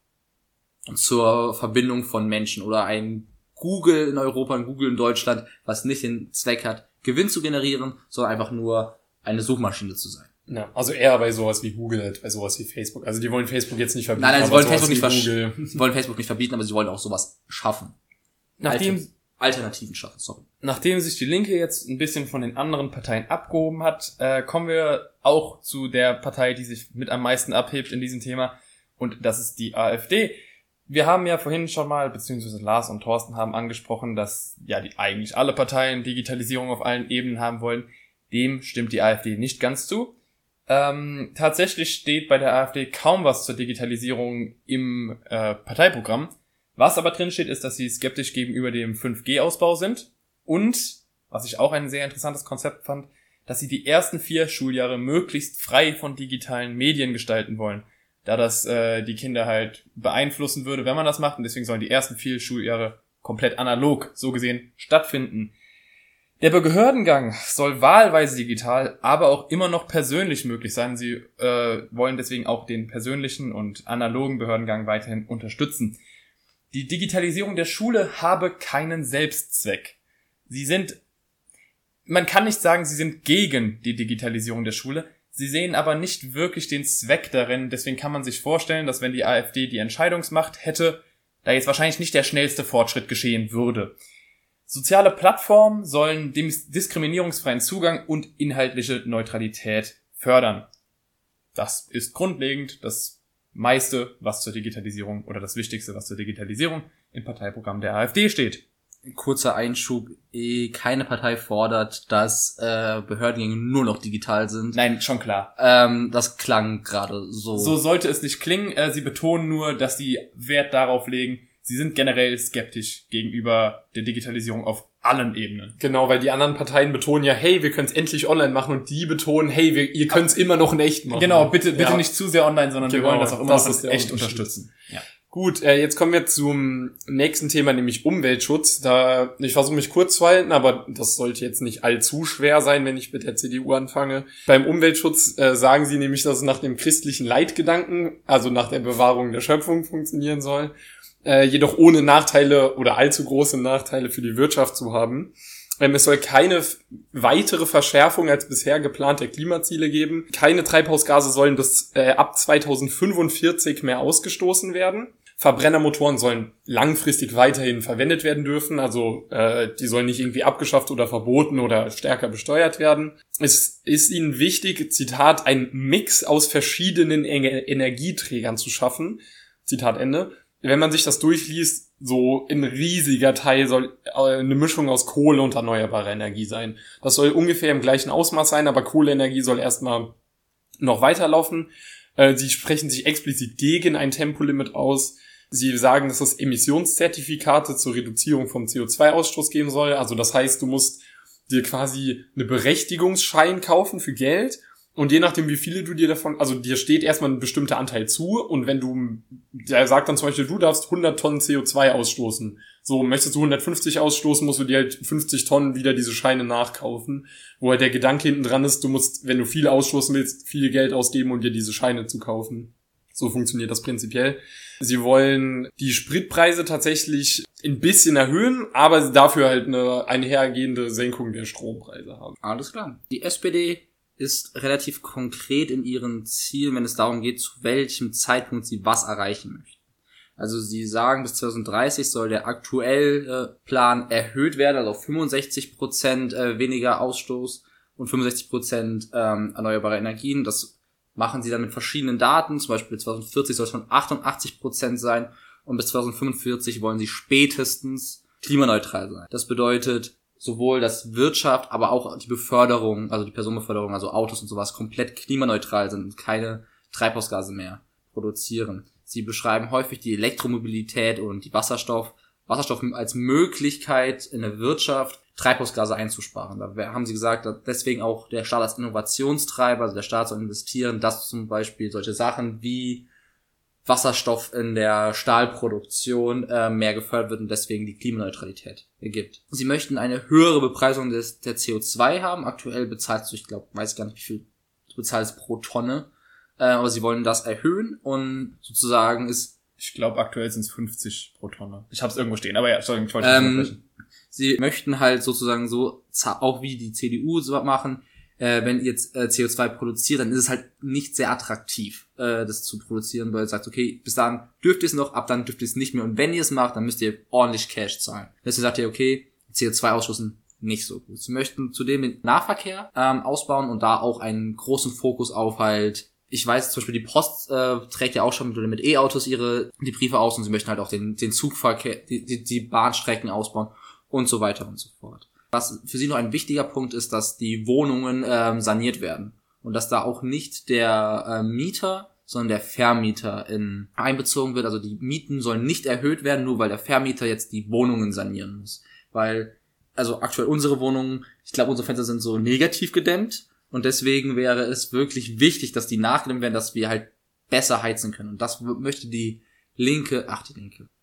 zur Verbindung von Menschen oder ein Google in Europa, ein Google in Deutschland, was nicht den Zweck hat, Gewinn zu generieren, sondern einfach nur eine Suchmaschine zu sein. Ja, also eher bei sowas wie Google, als bei sowas wie Facebook. Also die wollen Facebook jetzt nicht verbieten. Nein, sie wollen Facebook nicht verbieten, aber sie wollen auch sowas schaffen. Alternativen schaffen, sorry. Nachdem sich die Linke jetzt ein bisschen von den anderen Parteien abgehoben hat, kommen wir auch zu der Partei, die sich mit am meisten abhebt in diesem Thema. Und das ist die AfD. Wir haben ja vorhin schon mal, beziehungsweise Lars und Thorsten haben angesprochen, dass ja die eigentlich alle Parteien Digitalisierung auf allen Ebenen haben wollen. Dem stimmt die AfD nicht ganz zu. Tatsächlich steht bei der AfD kaum was zur Digitalisierung im Parteiprogramm. Was aber drin steht, ist, dass sie skeptisch gegenüber dem 5G-Ausbau sind und, was ich auch ein sehr interessantes Konzept fand, dass sie die ersten 4 Schuljahre möglichst frei von digitalen Medien gestalten wollen, da das die Kinder halt beeinflussen würde, wenn man das macht, und deswegen sollen die ersten 4 Schuljahre komplett analog, so gesehen, stattfinden. Der Behördengang soll wahlweise digital, aber auch immer noch persönlich möglich sein. Sie wollen deswegen auch den persönlichen und analogen Behördengang weiterhin unterstützen. Die Digitalisierung der Schule habe keinen Selbstzweck. Man kann nicht sagen, sie sind gegen die Digitalisierung der Schule. Sie sehen aber nicht wirklich den Zweck darin. Deswegen kann man sich vorstellen, dass wenn die AfD die Entscheidungsmacht hätte, da jetzt wahrscheinlich nicht der schnellste Fortschritt geschehen würde. Soziale Plattformen sollen diskriminierungsfreien Zugang und inhaltliche Neutralität fördern. Das ist grundlegend das meiste, was zur Digitalisierung oder das Wichtigste, was zur Digitalisierung im Parteiprogramm der AfD steht. Kurzer Einschub, keine Partei fordert, dass Behördengänge nur noch digital sind. Nein, schon klar. Das klang gerade so. So sollte es nicht klingen. Sie betonen nur, dass sie Wert darauf legen, sie sind generell skeptisch gegenüber der Digitalisierung auf allen Ebenen. Genau, weil die anderen Parteien betonen ja, hey, wir können es endlich online machen, und die betonen, hey, ihr könnt es immer noch in echt machen. Genau, bitte nicht zu sehr online, sondern wir wollen das auch immer noch in echt unterstützen. Ja. Gut, jetzt kommen wir zum nächsten Thema, nämlich Umweltschutz. Ich versuche mich kurz zu halten, aber das sollte jetzt nicht allzu schwer sein, wenn ich mit der CDU anfange. Beim Umweltschutz sagen sie nämlich, dass es nach dem christlichen Leitgedanken, also nach der Bewahrung der Schöpfung, funktionieren soll, jedoch ohne Nachteile oder allzu große Nachteile für die Wirtschaft zu haben. Es soll keine weitere Verschärfung als bisher geplant der Klimaziele geben. Keine Treibhausgase sollen bis ab 2045 mehr ausgestoßen werden. Verbrennermotoren sollen langfristig weiterhin verwendet werden dürfen, also die sollen nicht irgendwie abgeschafft oder verboten oder stärker besteuert werden. Es ist ihnen wichtig, Zitat, ein Mix aus verschiedenen Energieträgern zu schaffen, Zitat Ende. Wenn man sich das durchliest, so ein riesiger Teil soll eine Mischung aus Kohle und erneuerbarer Energie sein. Das soll ungefähr im gleichen Ausmaß sein, aber Kohleenergie soll erstmal noch weiterlaufen. Sie sprechen sich explizit gegen ein Tempolimit aus. Sie sagen, dass es Emissionszertifikate zur Reduzierung vom CO2-Ausstoß geben soll. Also das heißt, du musst dir quasi eine Berechtigungsschein kaufen für Geld. Und je nachdem, wie viele du dir davon, also dir steht erstmal ein bestimmter Anteil zu, und wenn der sagt dann zum Beispiel, du darfst 100 Tonnen CO2 ausstoßen. So, möchtest du 150 ausstoßen, musst du dir halt 50 Tonnen wieder diese Scheine nachkaufen. Wo halt der Gedanke hinten dran ist, du musst, wenn du viel ausstoßen willst, viel Geld ausgeben, um dir diese Scheine zu kaufen. So funktioniert das prinzipiell. Sie wollen die Spritpreise tatsächlich ein bisschen erhöhen, aber dafür halt eine einhergehende Senkung der Strompreise haben. Alles klar. Die SPD ist relativ konkret in ihren Zielen, wenn es darum geht, zu welchem Zeitpunkt sie was erreichen möchten. Also sie sagen, bis 2030 soll der aktuelle Plan erhöht werden, also auf 65% weniger Ausstoß und 65% erneuerbare Energien. Das machen sie dann mit verschiedenen Daten, zum Beispiel 2040 soll es schon 88% sein und bis 2045 wollen sie spätestens klimaneutral sein. Das bedeutet, sowohl das Wirtschaft, aber auch die Beförderung, also die Personenbeförderung, also Autos und sowas, komplett klimaneutral sind und keine Treibhausgase mehr produzieren. Sie beschreiben häufig die Elektromobilität und die Wasserstoff als Möglichkeit in der Wirtschaft, Treibhausgase einzusparen. Da haben sie gesagt, dass deswegen auch der Staat als Innovationstreiber, also der Staat soll investieren, dass zum Beispiel solche Sachen wie Wasserstoff in der Stahlproduktion mehr gefördert wird und deswegen die Klimaneutralität ergibt. Sie möchten eine höhere Bepreisung der CO2 haben. Aktuell bezahlst du, ich glaube, weiß gar nicht, wie viel du bezahlst pro Tonne, aber sie wollen das erhöhen und sozusagen ist... Ich glaube, aktuell sind es 50 pro Tonne. Ich habe es irgendwo stehen, aber ja, sorry, ich wollte nicht unterbrechen. Sie möchten halt sozusagen so, auch wie die CDU so machen, wenn ihr jetzt CO2 produziert, dann ist es halt nicht sehr attraktiv, das zu produzieren, weil ihr sagt, okay, bis dahin dürft ihr es noch, ab dann dürft ihr es nicht mehr. Und wenn ihr es macht, dann müsst ihr ordentlich Cash zahlen. Deswegen sagt ihr, okay, CO2-Ausstoßen nicht so gut. Sie möchten zudem den Nahverkehr ausbauen und da auch einen großen Fokus auf halt, ich weiß zum Beispiel, die Post trägt ja auch schon mit E-Autos die Briefe aus und sie möchten halt auch den Zugverkehr, die Bahnstrecken ausbauen und so weiter und so fort. Was für sie noch ein wichtiger Punkt ist, dass die Wohnungen saniert werden und dass da auch nicht der Mieter, sondern der Vermieter einbezogen wird. Also die Mieten sollen nicht erhöht werden, nur weil der Vermieter jetzt die Wohnungen sanieren muss. Weil, also aktuell unsere Wohnungen, ich glaube unsere Fenster sind so negativ gedämmt und deswegen wäre es wirklich wichtig, dass die nachgedämmt werden, dass wir halt besser heizen können. Und das möchte die Linke,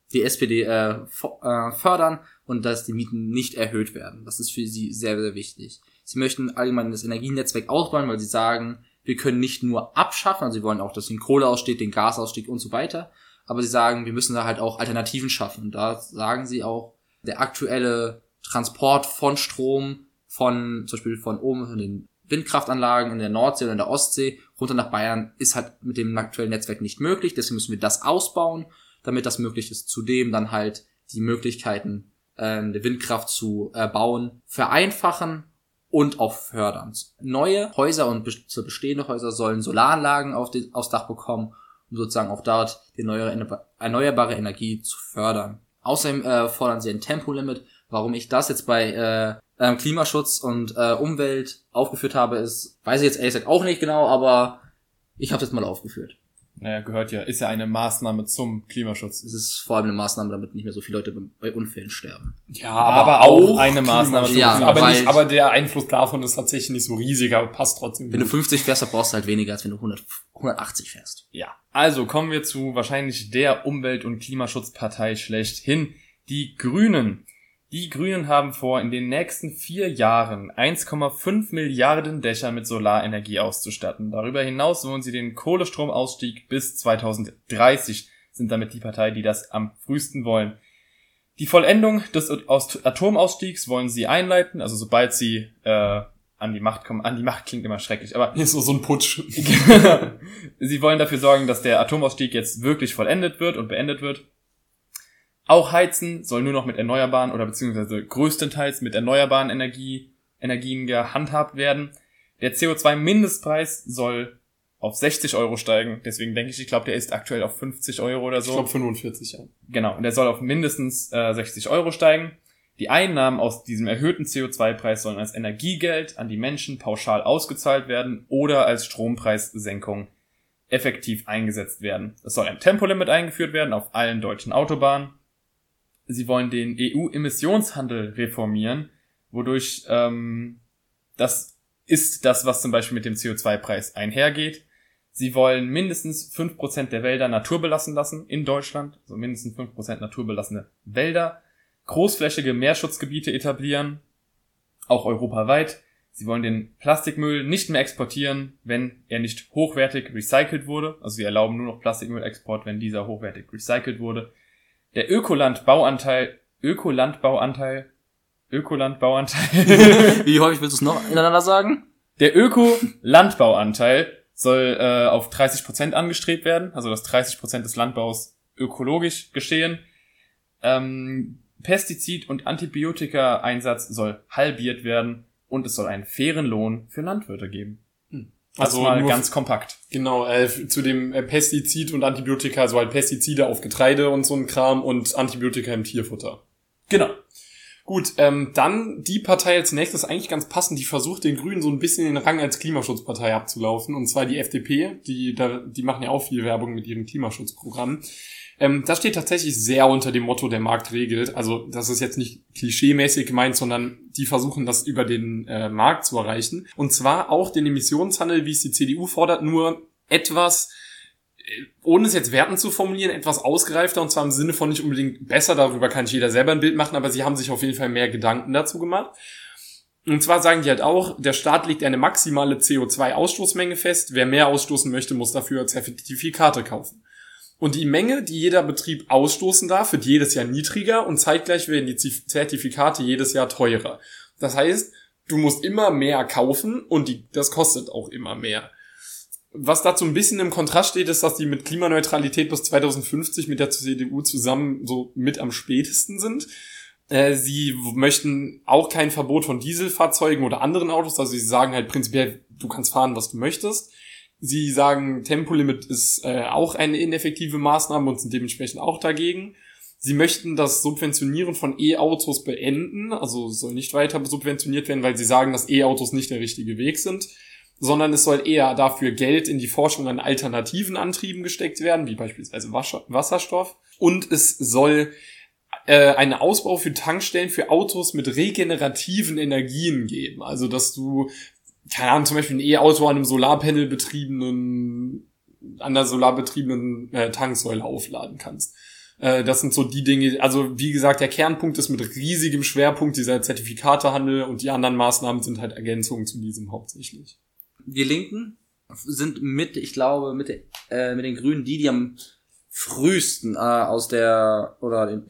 die SPD fördern und dass die Mieten nicht erhöht werden. Das ist für sie sehr, sehr wichtig. Sie möchten allgemein das Energienetzwerk ausbauen, weil sie sagen, wir können nicht nur abschaffen, also sie wollen auch, dass den Kohleausstieg, den Gasausstieg und so weiter, aber sie sagen, wir müssen da halt auch Alternativen schaffen. Und da sagen sie auch, der aktuelle Transport von Strom, zum Beispiel von oben von den Windkraftanlagen in der Nordsee oder in der Ostsee runter nach Bayern, ist halt mit dem aktuellen Netzwerk nicht möglich. Deswegen müssen wir das ausbauen, damit das möglich ist. Zudem dann halt die Möglichkeiten der Windkraft zu bauen, vereinfachen und auch fördern. Neue Häuser und bestehende Häuser sollen Solaranlagen aufs Dach bekommen, um sozusagen auch dort die erneuerbare Energie zu fördern. Außerdem fordern sie ein Tempolimit. Warum ich das jetzt bei Klimaschutz und Umwelt aufgeführt habe, weiß ich jetzt ehrlich gesagt auch nicht genau, aber ich habe es jetzt mal aufgeführt. Naja, ist ja eine Maßnahme zum Klimaschutz. Es ist vor allem eine Maßnahme, damit nicht mehr so viele Leute bei Unfällen sterben. Ja, aber auch eine Maßnahme zum Klimaschutz. Aber der Einfluss davon ist tatsächlich nicht so riesig, aber passt trotzdem. Wenn du 50 fährst, dann brauchst du halt weniger, als wenn du 180 fährst. Ja. Also kommen wir zu wahrscheinlich der Umwelt- und Klimaschutzpartei schlechthin, die Grünen. Die Grünen haben vor, in den nächsten 4 Jahren 1,5 Milliarden Dächer mit Solarenergie auszustatten. Darüber hinaus wollen sie den Kohlestromausstieg bis 2030, sind damit die Partei, die das am frühesten wollen. Die Vollendung des Atomausstiegs wollen sie einleiten, also sobald sie an die Macht kommen. An die Macht klingt immer schrecklich, aber ist so ein Putsch. Sie wollen dafür sorgen, dass der Atomausstieg jetzt wirklich vollendet wird und beendet wird. Auch Heizen soll nur noch mit erneuerbaren oder beziehungsweise größtenteils mit erneuerbaren Energien gehandhabt werden. Der CO2-Mindestpreis soll auf 60 € steigen. Deswegen denke ich glaube, der ist aktuell auf 50 € oder so. Ich glaube 45, ja. Genau, und der soll auf mindestens 60 € steigen. Die Einnahmen aus diesem erhöhten CO2-Preis sollen als Energiegeld an die Menschen pauschal ausgezahlt werden oder als Strompreissenkung effektiv eingesetzt werden. Es soll ein Tempolimit eingeführt werden auf allen deutschen Autobahnen. Sie wollen den EU-Emissionshandel reformieren, wodurch das ist das, was zum Beispiel mit dem CO2-Preis einhergeht. Sie wollen mindestens 5% der Wälder naturbelassen lassen in Deutschland, also mindestens 5% naturbelassene Wälder, großflächige Meerschutzgebiete etablieren, auch europaweit. Sie wollen den Plastikmüll nicht mehr exportieren, wenn er nicht hochwertig recycelt wurde. Also sie erlauben nur noch Plastikmüllexport, wenn dieser hochwertig recycelt wurde. Der Ökolandbauanteil. Wie häufig willst du es noch ineinander sagen? Der Ökolandbauanteil soll auf 30% angestrebt werden, also dass 30% des Landbaus ökologisch geschehen. Pestizid- und Antibiotika-Einsatz soll halbiert werden und es soll einen fairen Lohn für Landwirte geben. Also mal ganz kompakt. Genau, zu dem Pestizid und Antibiotika, also halt Pestizide auf Getreide und so ein Kram und Antibiotika im Tierfutter. Genau. Gut, dann die Partei als nächstes eigentlich ganz passend, die versucht den Grünen so ein bisschen den Rang als Klimaschutzpartei abzulaufen, und zwar die FDP, die machen ja auch viel Werbung mit ihrem Klimaschutzprogramm. Das steht tatsächlich sehr unter dem Motto, der Markt regelt. Also das ist jetzt nicht klischeemäßig gemeint, sondern die versuchen das über den Markt zu erreichen. Und zwar auch den Emissionshandel, wie es die CDU fordert, nur etwas, ohne es jetzt wertend zu formulieren, etwas ausgereifter, und zwar im Sinne von nicht unbedingt besser, darüber kann sich jeder selber ein Bild machen, aber sie haben sich auf jeden Fall mehr Gedanken dazu gemacht. Und zwar sagen die halt auch, der Staat legt eine maximale CO2-Ausstoßmenge fest. Wer mehr ausstoßen möchte, muss dafür Zertifikate kaufen. Und die Menge, die jeder Betrieb ausstoßen darf, wird jedes Jahr niedriger und zeitgleich werden die Zertifikate jedes Jahr teurer. Das heißt, du musst immer mehr kaufen und das kostet auch immer mehr. Was dazu ein bisschen im Kontrast steht, ist, dass die mit Klimaneutralität bis 2050 mit der CDU zusammen so mit am spätesten sind. Sie möchten auch kein Verbot von Dieselfahrzeugen oder anderen Autos, also sie sagen halt prinzipiell, du kannst fahren, was du möchtest. Sie sagen, Tempolimit ist auch eine ineffektive Maßnahme und sind dementsprechend auch dagegen. Sie möchten das Subventionieren von E-Autos beenden, also es soll nicht weiter subventioniert werden, weil sie sagen, dass E-Autos nicht der richtige Weg sind, sondern es soll eher dafür Geld in die Forschung an alternativen Antrieben gesteckt werden, wie beispielsweise Wasserstoff. Und es soll einen Ausbau für Tankstellen für Autos mit regenerativen Energien geben, also dass du keine Ahnung, zum Beispiel ein E-Auto an einer solarbetriebenen Tanksäule aufladen kannst. Das sind so die Dinge, also wie gesagt, der Kernpunkt ist mit riesigem Schwerpunkt dieser Zertifikatehandel und die anderen Maßnahmen sind halt Ergänzungen zu diesem hauptsächlich. Die Linken sind mit den Grünen die am frühesten aus der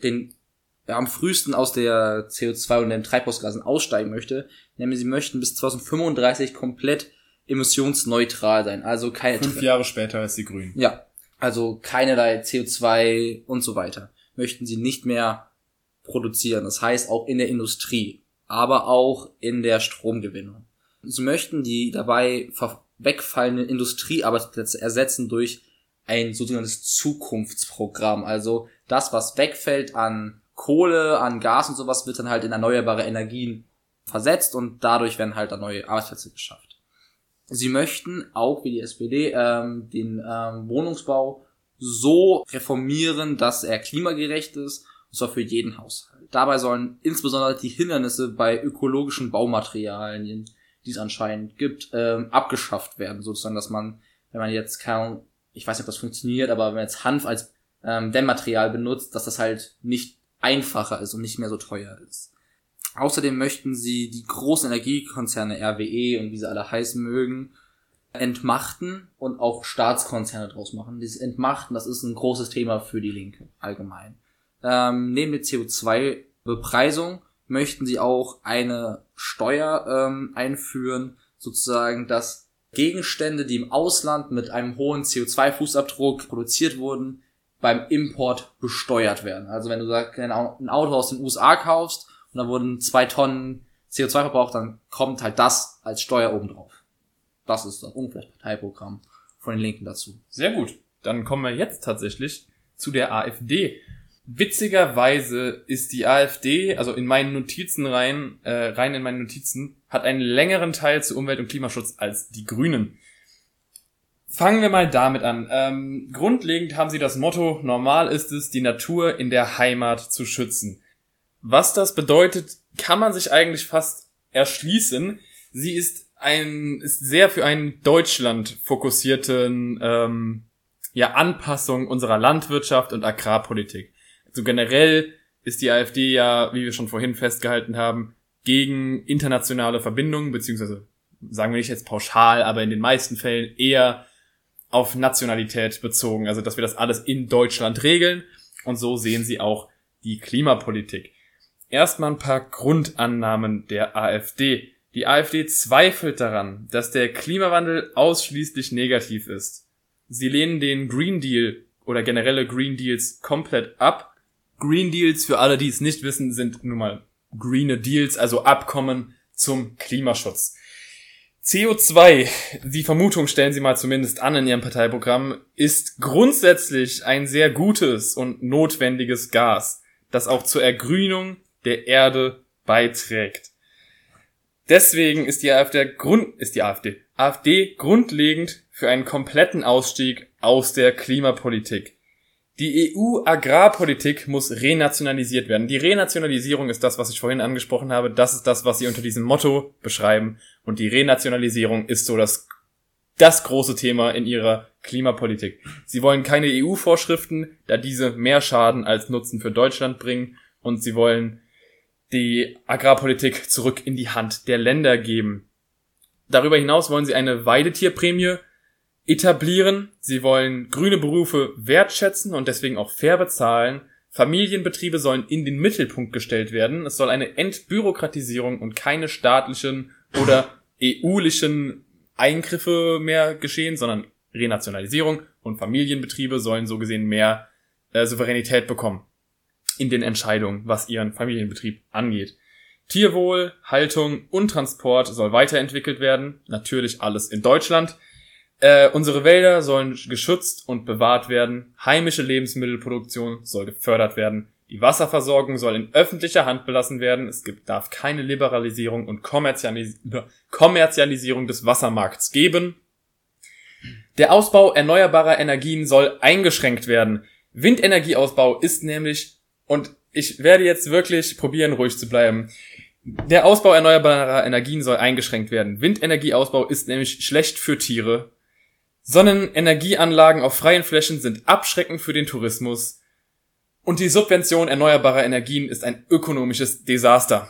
CO2 und den Treibhausgasen aussteigen möchte. Nämlich sie möchten bis 2035 komplett emissionsneutral sein. Also keine 5 Jahre später als die Grünen. Ja, also keinerlei CO2 und so weiter möchten sie nicht mehr produzieren. Das heißt auch in der Industrie, aber auch in der Stromgewinnung. Sie möchten die dabei wegfallenden Industriearbeitsplätze ersetzen durch ein sogenanntes Zukunftsprogramm. Also das, was wegfällt an Kohle, an Gas und sowas, wird dann halt in erneuerbare Energien versetzt und dadurch werden halt dann neue Arbeitsplätze geschafft. Sie möchten auch, wie die SPD, den Wohnungsbau so reformieren, dass er klimagerecht ist, und zwar für jeden Haushalt. Dabei sollen insbesondere die Hindernisse bei ökologischen Baumaterialien, die es anscheinend gibt, abgeschafft werden, sozusagen, dass man, wenn man jetzt ich weiß nicht, ob das funktioniert, aber wenn man jetzt Hanf als Dämmmaterial benutzt, dass das halt nicht einfacher ist und nicht mehr so teuer ist. Außerdem möchten sie die großen Energiekonzerne RWE und wie sie alle heißen mögen, entmachten und auch Staatskonzerne draus machen. Dieses Entmachten, das ist ein großes Thema für die Linke allgemein. Neben der CO2-Bepreisung möchten sie auch eine Steuer einführen, sozusagen, dass Gegenstände, die im Ausland mit einem hohen CO2-Fußabdruck produziert wurden, beim Import besteuert werden. Also wenn du ein Auto aus den USA kaufst und da wurden 2 Tonnen CO2 verbraucht, dann kommt halt das als Steuer obendrauf. Das ist das ungefähr Parteiprogramm von den Linken dazu. Sehr gut. Dann kommen wir jetzt tatsächlich zu der AfD. Witzigerweise ist die AfD, also in meinen Notizen rein in meine Notizen, hat einen längeren Teil zu Umwelt- und Klimaschutz als die Grünen. Fangen wir mal damit an. Grundlegend haben sie das Motto, normal ist es, die Natur in der Heimat zu schützen. Was das bedeutet, kann man sich eigentlich fast erschließen. Sie ist sehr für einen Deutschland fokussierten Anpassung unserer Landwirtschaft und Agrarpolitik. Also generell ist die AfD ja, wie wir schon vorhin festgehalten haben, gegen internationale Verbindungen, beziehungsweise sagen wir nicht jetzt pauschal, aber in den meisten Fällen eher auf Nationalität bezogen. Also dass wir das alles in Deutschland regeln und so sehen sie auch die Klimapolitik. Erstmal ein paar Grundannahmen der AfD. Die AfD zweifelt daran, dass der Klimawandel ausschließlich negativ ist. Sie lehnen den Green Deal oder generelle Green Deals komplett ab. Green Deals, für alle, die es nicht wissen, sind nun mal grüne Deals, also Abkommen zum Klimaschutz. CO2, die Vermutung stellen sie mal zumindest an in ihrem Parteiprogramm, ist grundsätzlich ein sehr gutes und notwendiges Gas, das auch zur Ergrünung der Erde beiträgt. Deswegen ist die AfD grundlegend für einen kompletten Ausstieg aus der Klimapolitik. Die EU-Agrarpolitik muss renationalisiert werden. Die Renationalisierung ist das, was ich vorhin angesprochen habe. Das ist das, was sie unter diesem Motto beschreiben. Und die Renationalisierung ist so das große Thema in ihrer Klimapolitik. Sie wollen keine EU-Vorschriften, da diese mehr Schaden als Nutzen für Deutschland bringen. Und sie wollen die Agrarpolitik zurück in die Hand der Länder geben. Darüber hinaus wollen sie eine Weidetierprämie etablieren. Sie wollen grüne Berufe wertschätzen und deswegen auch fair bezahlen. Familienbetriebe sollen in den Mittelpunkt gestellt werden. Es soll eine Entbürokratisierung und keine staatlichen oder EU-lichen Eingriffe mehr geschehen, sondern Renationalisierung, und Familienbetriebe sollen so gesehen mehr Souveränität bekommen in den Entscheidungen, was ihren Familienbetrieb angeht. Tierwohl, Haltung und Transport soll weiterentwickelt werden. Natürlich alles in Deutschland. Unsere Wälder sollen geschützt und bewahrt werden. Heimische Lebensmittelproduktion soll gefördert werden. Die Wasserversorgung soll in öffentlicher Hand belassen werden. Darf keine Liberalisierung und Kommerzialisierung des Wassermarkts geben. Der Ausbau erneuerbarer Energien soll eingeschränkt werden. Windenergieausbau ist nämlich, und ich werde jetzt wirklich probieren, ruhig zu bleiben, der Ausbau erneuerbarer Energien soll eingeschränkt werden. Windenergieausbau ist nämlich schlecht für Tiere. Sonnenenergieanlagen auf freien Flächen sind abschreckend für den Tourismus. Und die Subvention erneuerbarer Energien ist ein ökonomisches Desaster.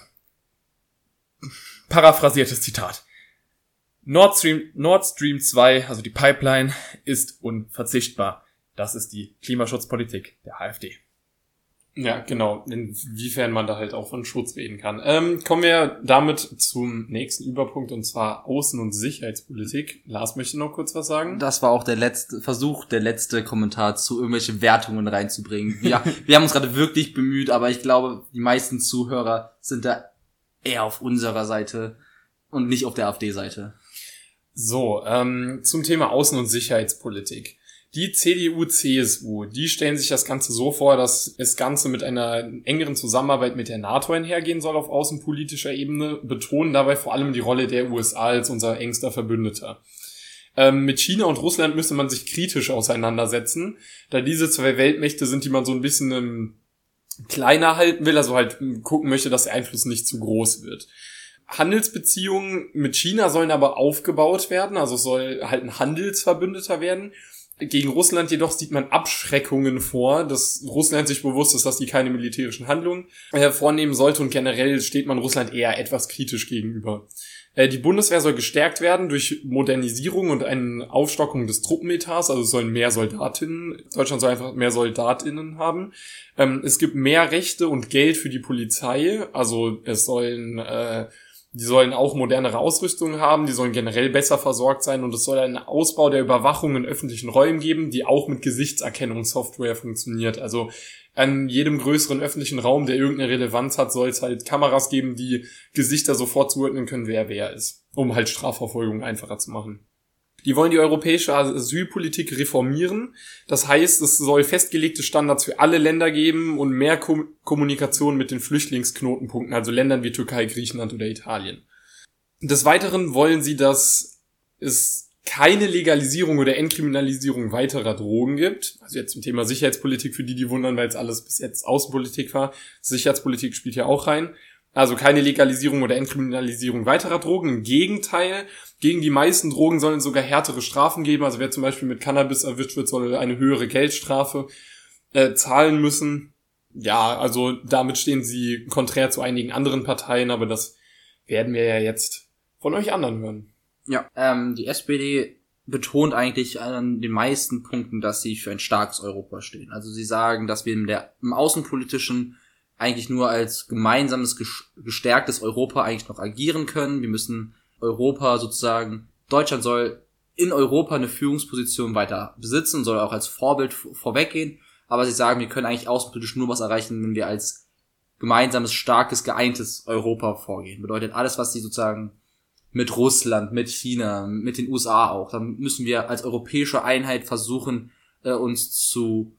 Paraphrasiertes Zitat. Nord Stream 2, also die Pipeline, ist unverzichtbar. Das ist die Klimaschutzpolitik der AfD. Ja, genau. Inwiefern man da halt auch von Schutz reden kann. Kommen wir damit zum nächsten Überpunkt, und zwar Außen- und Sicherheitspolitik. Lars möchte noch kurz was sagen. Das war auch der letzte Kommentar zu irgendwelche Wertungen reinzubringen. Wir haben uns gerade wirklich bemüht, aber ich glaube, die meisten Zuhörer sind da eher auf unserer Seite und nicht auf der AfD-Seite. So, zum Thema Außen- und Sicherheitspolitik. Die CDU, CSU, die stellen sich das Ganze so vor, dass das Ganze mit einer engeren Zusammenarbeit mit der NATO einhergehen soll auf außenpolitischer Ebene, betonen dabei vor allem die Rolle der USA als unser engster Verbündeter. Mit China und Russland müsste man sich kritisch auseinandersetzen, da diese zwei Weltmächte sind, die man so ein bisschen kleiner halten will, also halt gucken möchte, dass der Einfluss nicht zu groß wird. Handelsbeziehungen mit China sollen aber aufgebaut werden, also es soll halt ein Handelsverbündeter werden. Gegen Russland jedoch sieht man Abschreckungen vor, dass Russland sich bewusst ist, dass die keine militärischen Handlungen vornehmen sollte, und generell steht man Russland eher etwas kritisch gegenüber. Die Bundeswehr soll gestärkt werden durch Modernisierung und eine Aufstockung des Truppenetats, also es sollen mehr Soldatinnen, Deutschland soll einfach mehr Soldatinnen haben. Es gibt mehr Rechte und Geld für die Polizei, also die sollen auch modernere Ausrüstung haben, die sollen generell besser versorgt sein, und es soll einen Ausbau der Überwachung in öffentlichen Räumen geben, die auch mit Gesichtserkennungssoftware funktioniert. Also an jedem größeren öffentlichen Raum, der irgendeine Relevanz hat, soll es halt Kameras geben, die Gesichter sofort zuordnen können, wer ist, um halt Strafverfolgung einfacher zu machen. Die wollen die europäische Asylpolitik reformieren. Das heißt, es soll festgelegte Standards für alle Länder geben und mehr Kommunikation mit den Flüchtlingsknotenpunkten, also Ländern wie Türkei, Griechenland oder Italien. Des Weiteren wollen sie, dass es keine Legalisierung oder Entkriminalisierung weiterer Drogen gibt. Also jetzt zum Thema Sicherheitspolitik, für die wundern, weil jetzt alles bis jetzt Außenpolitik war. Sicherheitspolitik spielt ja auch rein. Also keine Legalisierung oder Entkriminalisierung weiterer Drogen. Im Gegenteil, gegen die meisten Drogen sollen es sogar härtere Strafen geben. Also wer zum Beispiel mit Cannabis erwischt wird, soll eine höhere Geldstrafe zahlen müssen. Ja, also damit stehen sie konträr zu einigen anderen Parteien, aber das werden wir ja jetzt von euch anderen hören. Ja, die SPD betont eigentlich an den meisten Punkten, dass sie für ein starkes Europa stehen. Also sie sagen, dass wir im außenpolitischen eigentlich nur als gemeinsames, gestärktes Europa eigentlich noch agieren können. Wir müssen Europa sozusagen, Deutschland soll in Europa eine Führungsposition weiter besitzen, soll auch als Vorbild vorweggehen. Aber sie sagen, wir können eigentlich außenpolitisch nur was erreichen, wenn wir als gemeinsames, starkes, geeintes Europa vorgehen. Bedeutet alles, was sie sozusagen mit Russland, mit China, mit den USA auch, dann müssen wir als europäische Einheit versuchen, uns zu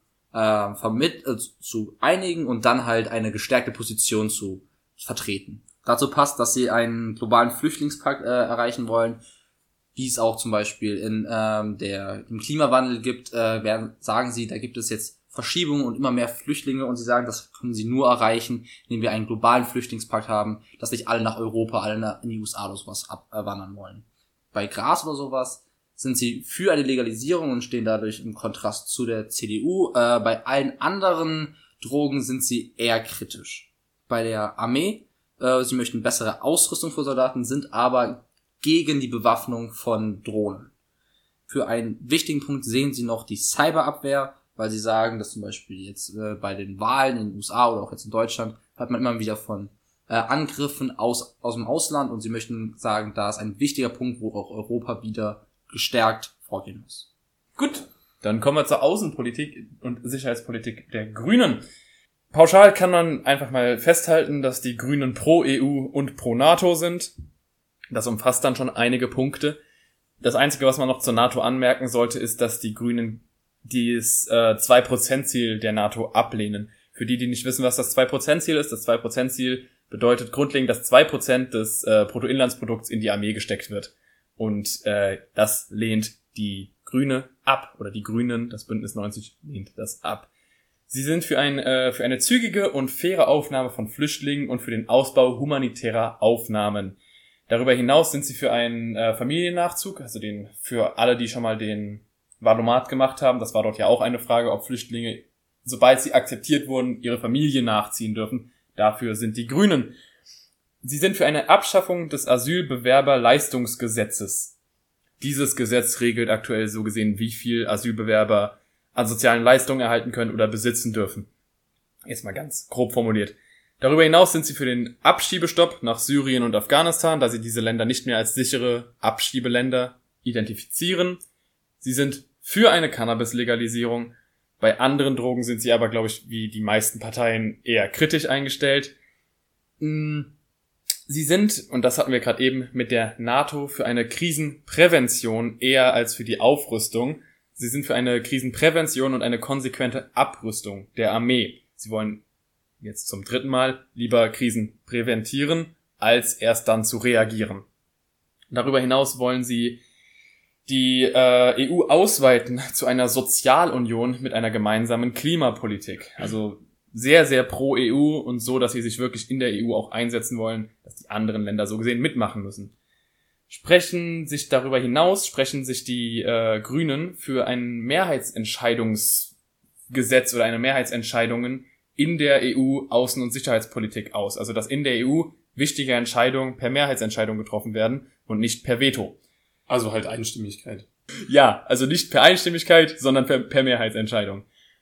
einigen und dann halt eine gestärkte Position zu vertreten. Dazu passt, dass sie einen globalen Flüchtlingspakt erreichen wollen, wie es auch zum Beispiel im Klimawandel gibt, sagen sie, da gibt es jetzt Verschiebungen und immer mehr Flüchtlinge, und sie sagen, das können sie nur erreichen, indem wir einen globalen Flüchtlingspakt haben, dass nicht alle nach Europa, alle in die USA oder sowas abwandern wollen. Bei Gras oder sowas sind sie für eine Legalisierung und stehen dadurch im Kontrast zu der CDU. Bei allen anderen Drogen sind sie eher kritisch. Bei der Armee, sie möchten bessere Ausrüstung für Soldaten, sind aber gegen die Bewaffnung von Drohnen. Für einen wichtigen Punkt sehen sie noch die Cyberabwehr, weil sie sagen, dass zum Beispiel jetzt bei den Wahlen in den USA oder auch jetzt in Deutschland hat man immer wieder von Angriffen aus dem Ausland, und sie möchten sagen, da ist ein wichtiger Punkt, wo auch Europa wieder gestärkt vorgehen muss. Gut, dann kommen wir zur Außenpolitik und Sicherheitspolitik der Grünen. Pauschal kann man einfach mal festhalten, dass die Grünen pro EU und pro NATO sind. Das umfasst dann schon einige Punkte. Das Einzige, was man noch zur NATO anmerken sollte, ist, dass die Grünen das 2%-Ziel der NATO ablehnen. Für die nicht wissen, was das 2%-Ziel ist, das 2%-Ziel bedeutet grundlegend, dass 2% des Bruttoinlandsprodukts in die Armee gesteckt wird. Und das lehnt die Grüne ab, oder die Grünen, das Bündnis 90 lehnt das ab. Sie sind für eine zügige und faire Aufnahme von Flüchtlingen und für den Ausbau humanitärer Aufnahmen. Darüber hinaus sind sie für einen Familiennachzug, also für alle, die schon mal den Valomat gemacht haben. Das war dort ja auch eine Frage, ob Flüchtlinge sobald sie akzeptiert wurden, ihre Familie nachziehen dürfen. Dafür sind die Grünen. Sie sind für eine Abschaffung des Asylbewerberleistungsgesetzes. Dieses Gesetz regelt aktuell so gesehen, wie viel Asylbewerber an sozialen Leistungen erhalten können oder besitzen dürfen. Jetzt mal ganz grob formuliert. Darüber hinaus sind sie für den Abschiebestopp nach Syrien und Afghanistan, da sie diese Länder nicht mehr als sichere Abschiebeländer identifizieren. Sie sind für eine Cannabis-Legalisierung. Bei anderen Drogen sind sie aber, glaube ich, wie die meisten Parteien eher kritisch eingestellt. Sie sind, und das hatten wir gerade eben, mit der NATO für eine Krisenprävention eher als für die Aufrüstung. Sie sind für eine Krisenprävention und eine konsequente Abrüstung der Armee. Sie wollen jetzt zum 3. Mal lieber Krisen präventieren, als erst dann zu reagieren. Darüber hinaus wollen sie die EU ausweiten zu einer Sozialunion mit einer gemeinsamen Klimapolitik. Also sehr, sehr pro EU und so, dass sie sich wirklich in der EU auch einsetzen wollen, dass die anderen Länder so gesehen mitmachen müssen. Sprechen sich die Grünen für ein Mehrheitsentscheidungsgesetz oder eine Mehrheitsentscheidungen in der EU-Außen- und Sicherheitspolitik aus. Also dass in der EU wichtige Entscheidungen per Mehrheitsentscheidung getroffen werden und nicht per Veto. Also halt Einstimmigkeit. Ja, also nicht per Einstimmigkeit, sondern per Mehrheitsentscheidung.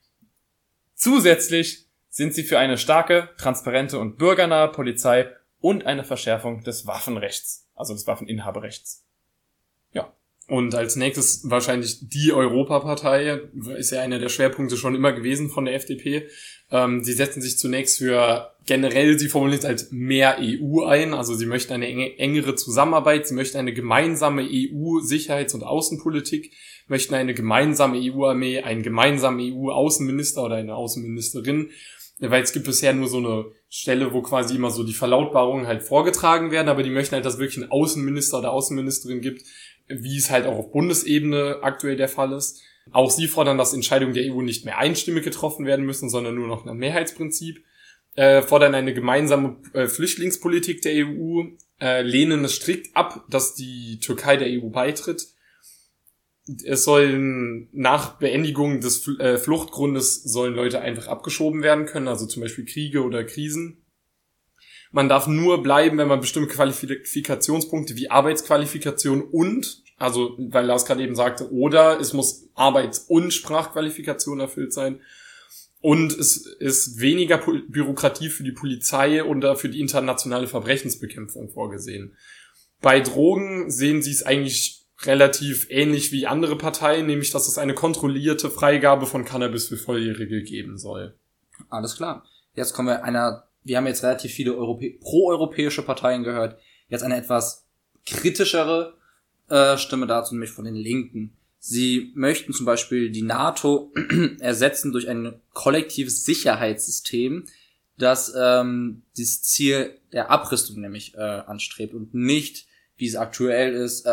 Zusätzlich sind sie für eine starke, transparente und bürgernahe Polizei und eine Verschärfung des Waffenrechts, also des Waffeninhaberrechts. Ja. Und als nächstes wahrscheinlich die Europapartei, ist ja einer der Schwerpunkte schon immer gewesen von der FDP. Sie setzen sich zunächst für generell, sie formuliert als mehr EU ein, also sie möchten eine engere Zusammenarbeit, sie möchten eine gemeinsame EU-Sicherheits- und Außenpolitik, möchten eine gemeinsame EU-Armee, einen gemeinsamen EU-Außenminister oder eine Außenministerin, weil es gibt bisher nur so eine Stelle, wo quasi immer so die Verlautbarungen halt vorgetragen werden, aber die möchten halt, dass es wirklich einen Außenminister oder Außenministerin gibt, wie es halt auch auf Bundesebene aktuell der Fall ist. Auch sie fordern, dass Entscheidungen der EU nicht mehr einstimmig getroffen werden müssen, sondern nur noch nach Mehrheitsprinzip. Fordern eine gemeinsame Flüchtlingspolitik der EU, lehnen es strikt ab, dass die Türkei der EU beitritt. Es sollen nach Beendigung des Fluchtgrundes sollen Leute einfach abgeschoben werden können, also zum Beispiel Kriege oder Krisen. Man darf nur bleiben, wenn man bestimmte Qualifikationspunkte wie Arbeitsqualifikation und, also weil Lars gerade eben sagte, oder es muss Arbeits- und Sprachqualifikation erfüllt sein. Und es ist weniger Bürokratie für die Polizei und für die internationale Verbrechensbekämpfung vorgesehen. Bei Drogen sehen sie es eigentlich relativ ähnlich wie andere Parteien, nämlich dass es eine kontrollierte Freigabe von Cannabis für Volljährige geben soll. Alles klar. Jetzt kommen wir haben jetzt relativ viele proeuropäische Parteien gehört, jetzt eine etwas kritischere Stimme dazu, nämlich von den Linken. Sie möchten zum Beispiel die NATO ersetzen durch ein kollektives Sicherheitssystem, das das Ziel der Abrüstung nämlich anstrebt und nicht, wie es aktuell ist,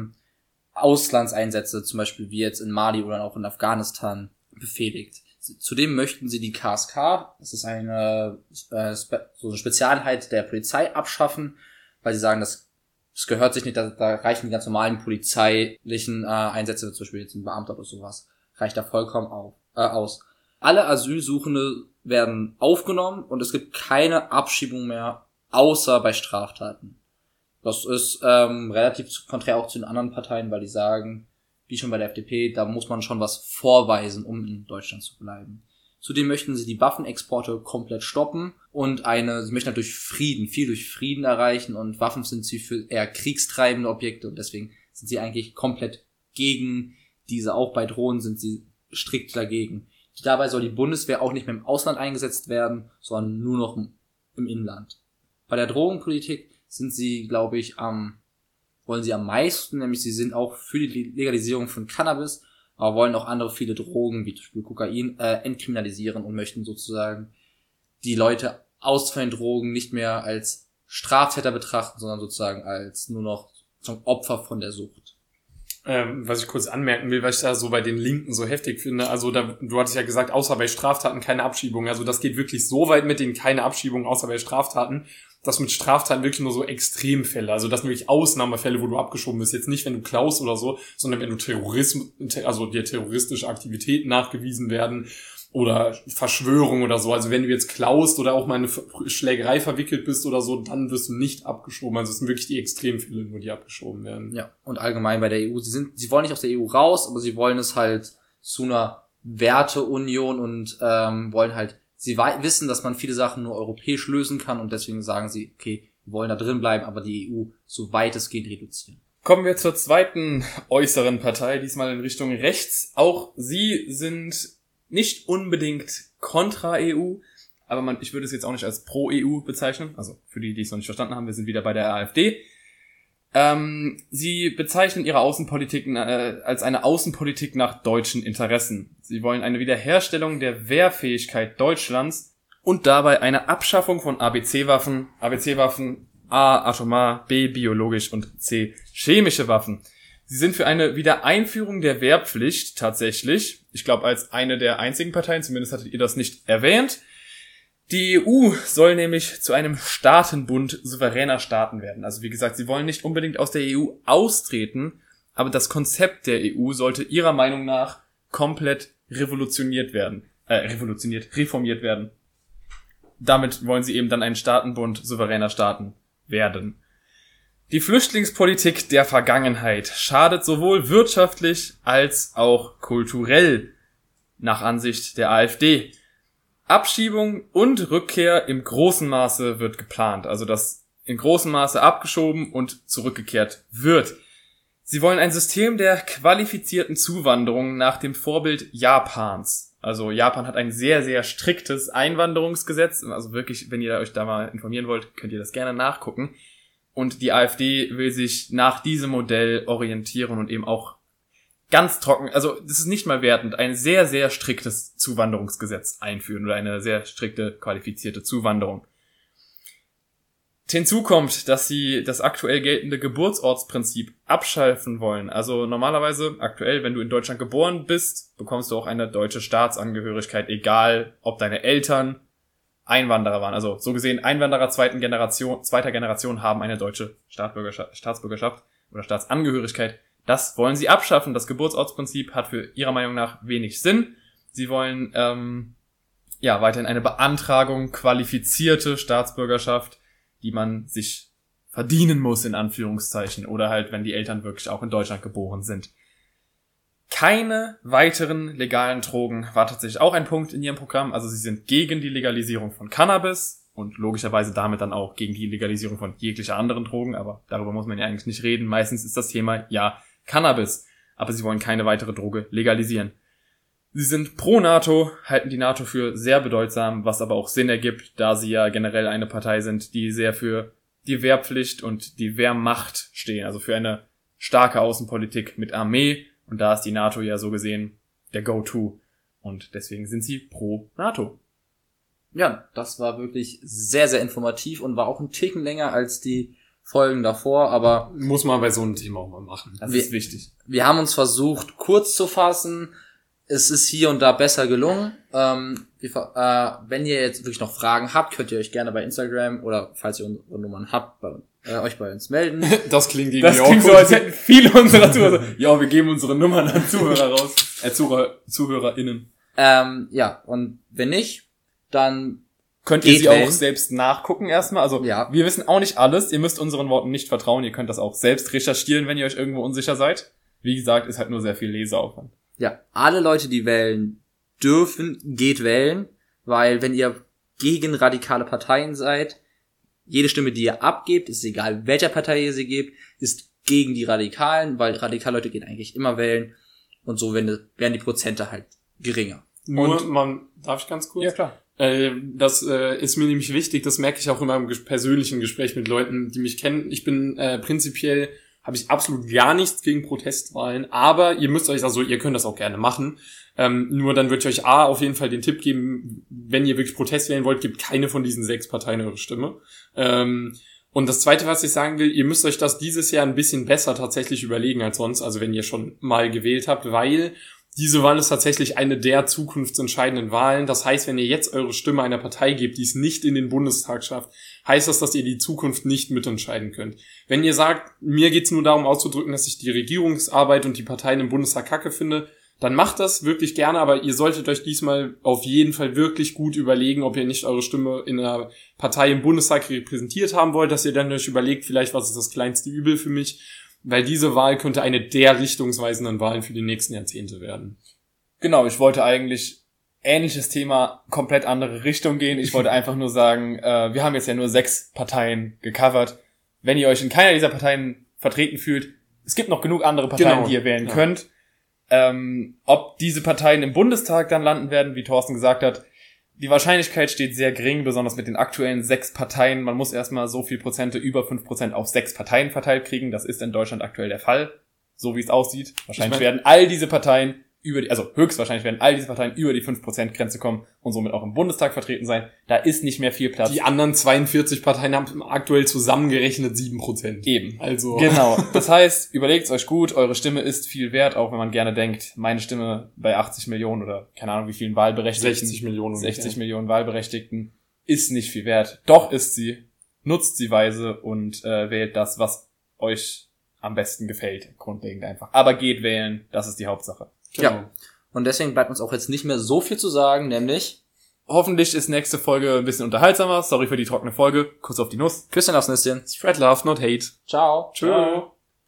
Auslandseinsätze, zum Beispiel wie jetzt in Mali oder auch in Afghanistan, befehligt. Zudem möchten sie die KSK, das ist eine so eine Spezialeinheit der Polizei, abschaffen, weil sie sagen, das gehört sich nicht, da reichen die ganz normalen polizeilichen Einsätze, zum Beispiel jetzt ein Beamter oder sowas, reicht da vollkommen aus. Alle Asylsuchende werden aufgenommen und es gibt keine Abschiebung mehr, außer bei Straftaten. Das ist relativ konträr auch zu den anderen Parteien, weil die sagen, wie schon bei der FDP, da muss man schon was vorweisen, um in Deutschland zu bleiben. Zudem möchten sie die Waffenexporte komplett stoppen und sie möchten halt viel durch Frieden erreichen und Waffen sind sie für eher kriegstreibende Objekte und deswegen sind sie eigentlich komplett gegen diese, auch bei Drohnen sind sie strikt dagegen. Dabei soll die Bundeswehr auch nicht mehr im Ausland eingesetzt werden, sondern nur noch im Inland. Bei der Drogenpolitik sind sie, glaube ich, wollen sie am meisten, nämlich sie sind auch für die Legalisierung von Cannabis, aber wollen auch andere viele Drogen, wie zum Beispiel Kokain, entkriminalisieren und möchten sozusagen die Leute aus den Drogen nicht mehr als Straftäter betrachten, sondern sozusagen als nur noch zum Opfer von der Sucht. Was ich kurz anmerken will, weil ich da so bei den Linken so heftig finde, also du hattest ja gesagt, außer bei Straftaten keine Abschiebung, also das geht wirklich so weit mit den keine Abschiebung, außer bei Straftaten, dass mit Straftaten wirklich nur so Extremfälle, also das sind wirklich Ausnahmefälle, wo du abgeschoben bist, jetzt nicht, wenn du klaust oder so, sondern wenn du dir terroristische Aktivitäten nachgewiesen werden oder Verschwörung oder so. Also wenn du jetzt klaust oder auch mal in eine Schlägerei verwickelt bist oder so, dann wirst du nicht abgeschoben. Also es sind wirklich die Extremfälle, nur die abgeschoben werden. Ja, und allgemein bei der EU, sie wollen nicht aus der EU raus, aber sie wollen es halt zu einer Werteunion und wollen halt, sie wissen, dass man viele Sachen nur europäisch lösen kann und deswegen sagen sie, okay, wir wollen da drin bleiben, aber die EU so weit es geht reduzieren. Kommen wir zur zweiten äußeren Partei, diesmal in Richtung rechts. Auch sie sind nicht unbedingt kontra EU, aber ich würde es jetzt auch nicht als pro EU bezeichnen. Also für die, die es noch nicht verstanden haben, wir sind wieder bei der AfD. Sie bezeichnen ihre Außenpolitik als eine Außenpolitik nach deutschen Interessen. Sie wollen eine Wiederherstellung der Wehrfähigkeit Deutschlands und dabei eine Abschaffung von ABC-Waffen. ABC-Waffen A, atomar, B, biologisch und C, chemische Waffen. Sie sind für eine Wiedereinführung der Wehrpflicht tatsächlich. Ich glaube, als eine der einzigen Parteien, zumindest hattet ihr das nicht erwähnt. Die EU soll nämlich zu einem Staatenbund souveräner Staaten werden. Also wie gesagt, sie wollen nicht unbedingt aus der EU austreten, aber das Konzept der EU sollte ihrer Meinung nach komplett reformiert werden. Damit wollen sie eben dann einen Staatenbund souveräner Staaten werden. Die Flüchtlingspolitik der Vergangenheit schadet sowohl wirtschaftlich als auch kulturell, nach Ansicht der AfD. Abschiebung und Rückkehr im großen Maße wird geplant, also dass in großem Maße abgeschoben und zurückgekehrt wird. Sie wollen ein System der qualifizierten Zuwanderung nach dem Vorbild Japans. Also Japan hat ein sehr, sehr striktes Einwanderungsgesetz, also wirklich, wenn ihr euch da mal informieren wollt, könnt ihr das gerne nachgucken. Und die AfD will sich nach diesem Modell orientieren und eben auch ganz trocken, also das ist nicht mal wertend, ein sehr, sehr striktes Zuwanderungsgesetz einführen oder eine sehr strikte qualifizierte Zuwanderung. Hinzu kommt, dass sie das aktuell geltende Geburtsortsprinzip abschaffen wollen. Also normalerweise, aktuell, wenn du in Deutschland geboren bist, bekommst du auch eine deutsche Staatsangehörigkeit, egal ob deine Eltern Einwanderer waren. Also so gesehen, Einwanderer zweiter Generation haben eine deutsche Staatsbürgerschaft oder Staatsangehörigkeit. Das wollen sie abschaffen. Das Geburtsortsprinzip hat für ihrer Meinung nach wenig Sinn. Sie wollen weiterhin eine Beantragung, qualifizierte Staatsbürgerschaft, die man sich verdienen muss, in Anführungszeichen, oder halt, wenn die Eltern wirklich auch in Deutschland geboren sind. Keine weiteren legalen Drogen war tatsächlich auch ein Punkt in ihrem Programm. Also sie sind gegen die Legalisierung von Cannabis und logischerweise damit dann auch gegen die Legalisierung von jeglicher anderen Drogen, aber darüber muss man ja eigentlich nicht reden. Meistens ist das Thema, ja, Cannabis, aber sie wollen keine weitere Droge legalisieren. Sie sind pro NATO, halten die NATO für sehr bedeutsam, was aber auch Sinn ergibt, da sie ja generell eine Partei sind, die sehr für die Wehrpflicht und die Wehrmacht stehen, also für eine starke Außenpolitik mit Armee, und da ist die NATO ja so gesehen der Go-To und deswegen sind sie pro NATO. Ja, das war wirklich sehr, sehr informativ und war auch ein Ticken länger als die Folgen davor, aber muss man bei so einem Thema auch mal machen. Das ist wichtig. Wir haben uns versucht, kurz zu fassen. Es ist hier und da besser gelungen. Wenn ihr jetzt wirklich noch Fragen habt, könnt ihr euch gerne bei Instagram oder falls ihr unsere Nummern habt, euch bei uns melden. Das klingt irgendwie das klingt so, als hätten viele unserer Zuhörer ja, wir geben unsere Nummern an Zuhörer raus. ZuhörerInnen. Und wenn nicht, dann könnt ihr sie auch selbst nachgucken erstmal. Also wir wissen auch nicht alles. Ihr müsst unseren Worten nicht vertrauen. Ihr könnt das auch selbst recherchieren, wenn ihr euch irgendwo unsicher seid. Wie gesagt, ist halt nur sehr viel Leseaufwand. Ja, alle Leute, die wählen dürfen, geht wählen, weil wenn ihr gegen radikale Parteien seid, jede Stimme, die ihr abgebt, ist egal, welcher Partei ihr sie gebt, ist gegen die Radikalen, weil radikale Leute gehen eigentlich immer wählen und so werden die Prozente halt geringer. Darf ich ganz kurz? Ja, klar. Das ist mir nämlich wichtig, das merke ich auch in meinem persönlichen Gespräch mit Leuten, die mich kennen. Ich bin prinzipiell, habe ich absolut gar nichts gegen Protestwahlen, aber ihr müsst euch, also ihr könnt das auch gerne machen, nur dann würde ich euch auf jeden Fall den Tipp geben, wenn ihr wirklich Protest wählen wollt, gebt keine von diesen 6 Parteien eure Stimme. Und das Zweite, was ich sagen will, ihr müsst euch das dieses Jahr ein bisschen besser tatsächlich überlegen als sonst, also wenn ihr schon mal gewählt habt, weil diese Wahl ist tatsächlich eine der zukunftsentscheidenden Wahlen. Das heißt, wenn ihr jetzt eure Stimme einer Partei gebt, die es nicht in den Bundestag schafft, heißt das, dass ihr die Zukunft nicht mitentscheiden könnt. Wenn ihr sagt, mir geht's nur darum auszudrücken, dass ich die Regierungsarbeit und die Parteien im Bundestag kacke finde, dann macht das wirklich gerne, aber ihr solltet euch diesmal auf jeden Fall wirklich gut überlegen, ob ihr nicht eure Stimme in einer Partei im Bundestag repräsentiert haben wollt, dass ihr dann euch überlegt, vielleicht was ist das kleinste Übel für mich, weil diese Wahl könnte eine der richtungsweisenden Wahlen für die nächsten Jahrzehnte werden. Genau, ich wollte eigentlich ähnliches Thema, komplett andere Richtung gehen. Ich wollte einfach nur sagen, wir haben jetzt ja nur 6 Parteien gecovert. Wenn ihr euch in keiner dieser Parteien vertreten fühlt, es gibt noch genug andere Parteien, die ihr wählen könnt. Ob diese Parteien im Bundestag dann landen werden, wie Thorsten gesagt hat, die Wahrscheinlichkeit steht sehr gering, besonders mit den aktuellen 6 Parteien. Man muss erstmal so viel Prozente, über 5% auf 6 Parteien verteilt kriegen. Das ist in Deutschland aktuell der Fall, so wie es aussieht. Wahrscheinlich werden all diese Parteien höchstwahrscheinlich werden all diese Parteien über die 5%-Grenze kommen und somit auch im Bundestag vertreten sein. Da ist nicht mehr viel Platz. Die anderen 42 Parteien haben aktuell zusammengerechnet 7%. Eben. Also. Genau. Das heißt, überlegt euch gut, eure Stimme ist viel wert, auch wenn man gerne denkt, meine Stimme bei 80 Millionen oder keine Ahnung wie vielen Wahlberechtigten. 60 Millionen Wahlberechtigten ist nicht viel wert. Doch ist sie. Nutzt sie weise und wählt das, was euch am besten gefällt. Grundlegend einfach. Aber geht wählen, das ist die Hauptsache. Genau. Ja. Und deswegen bleibt uns auch jetzt nicht mehr so viel zu sagen, nämlich hoffentlich ist nächste Folge ein bisschen unterhaltsamer. Sorry für die trockene Folge. Kuss auf die Nuss. Küsschen aufs Nüsschen. Spread love, not hate. Ciao. Tschö.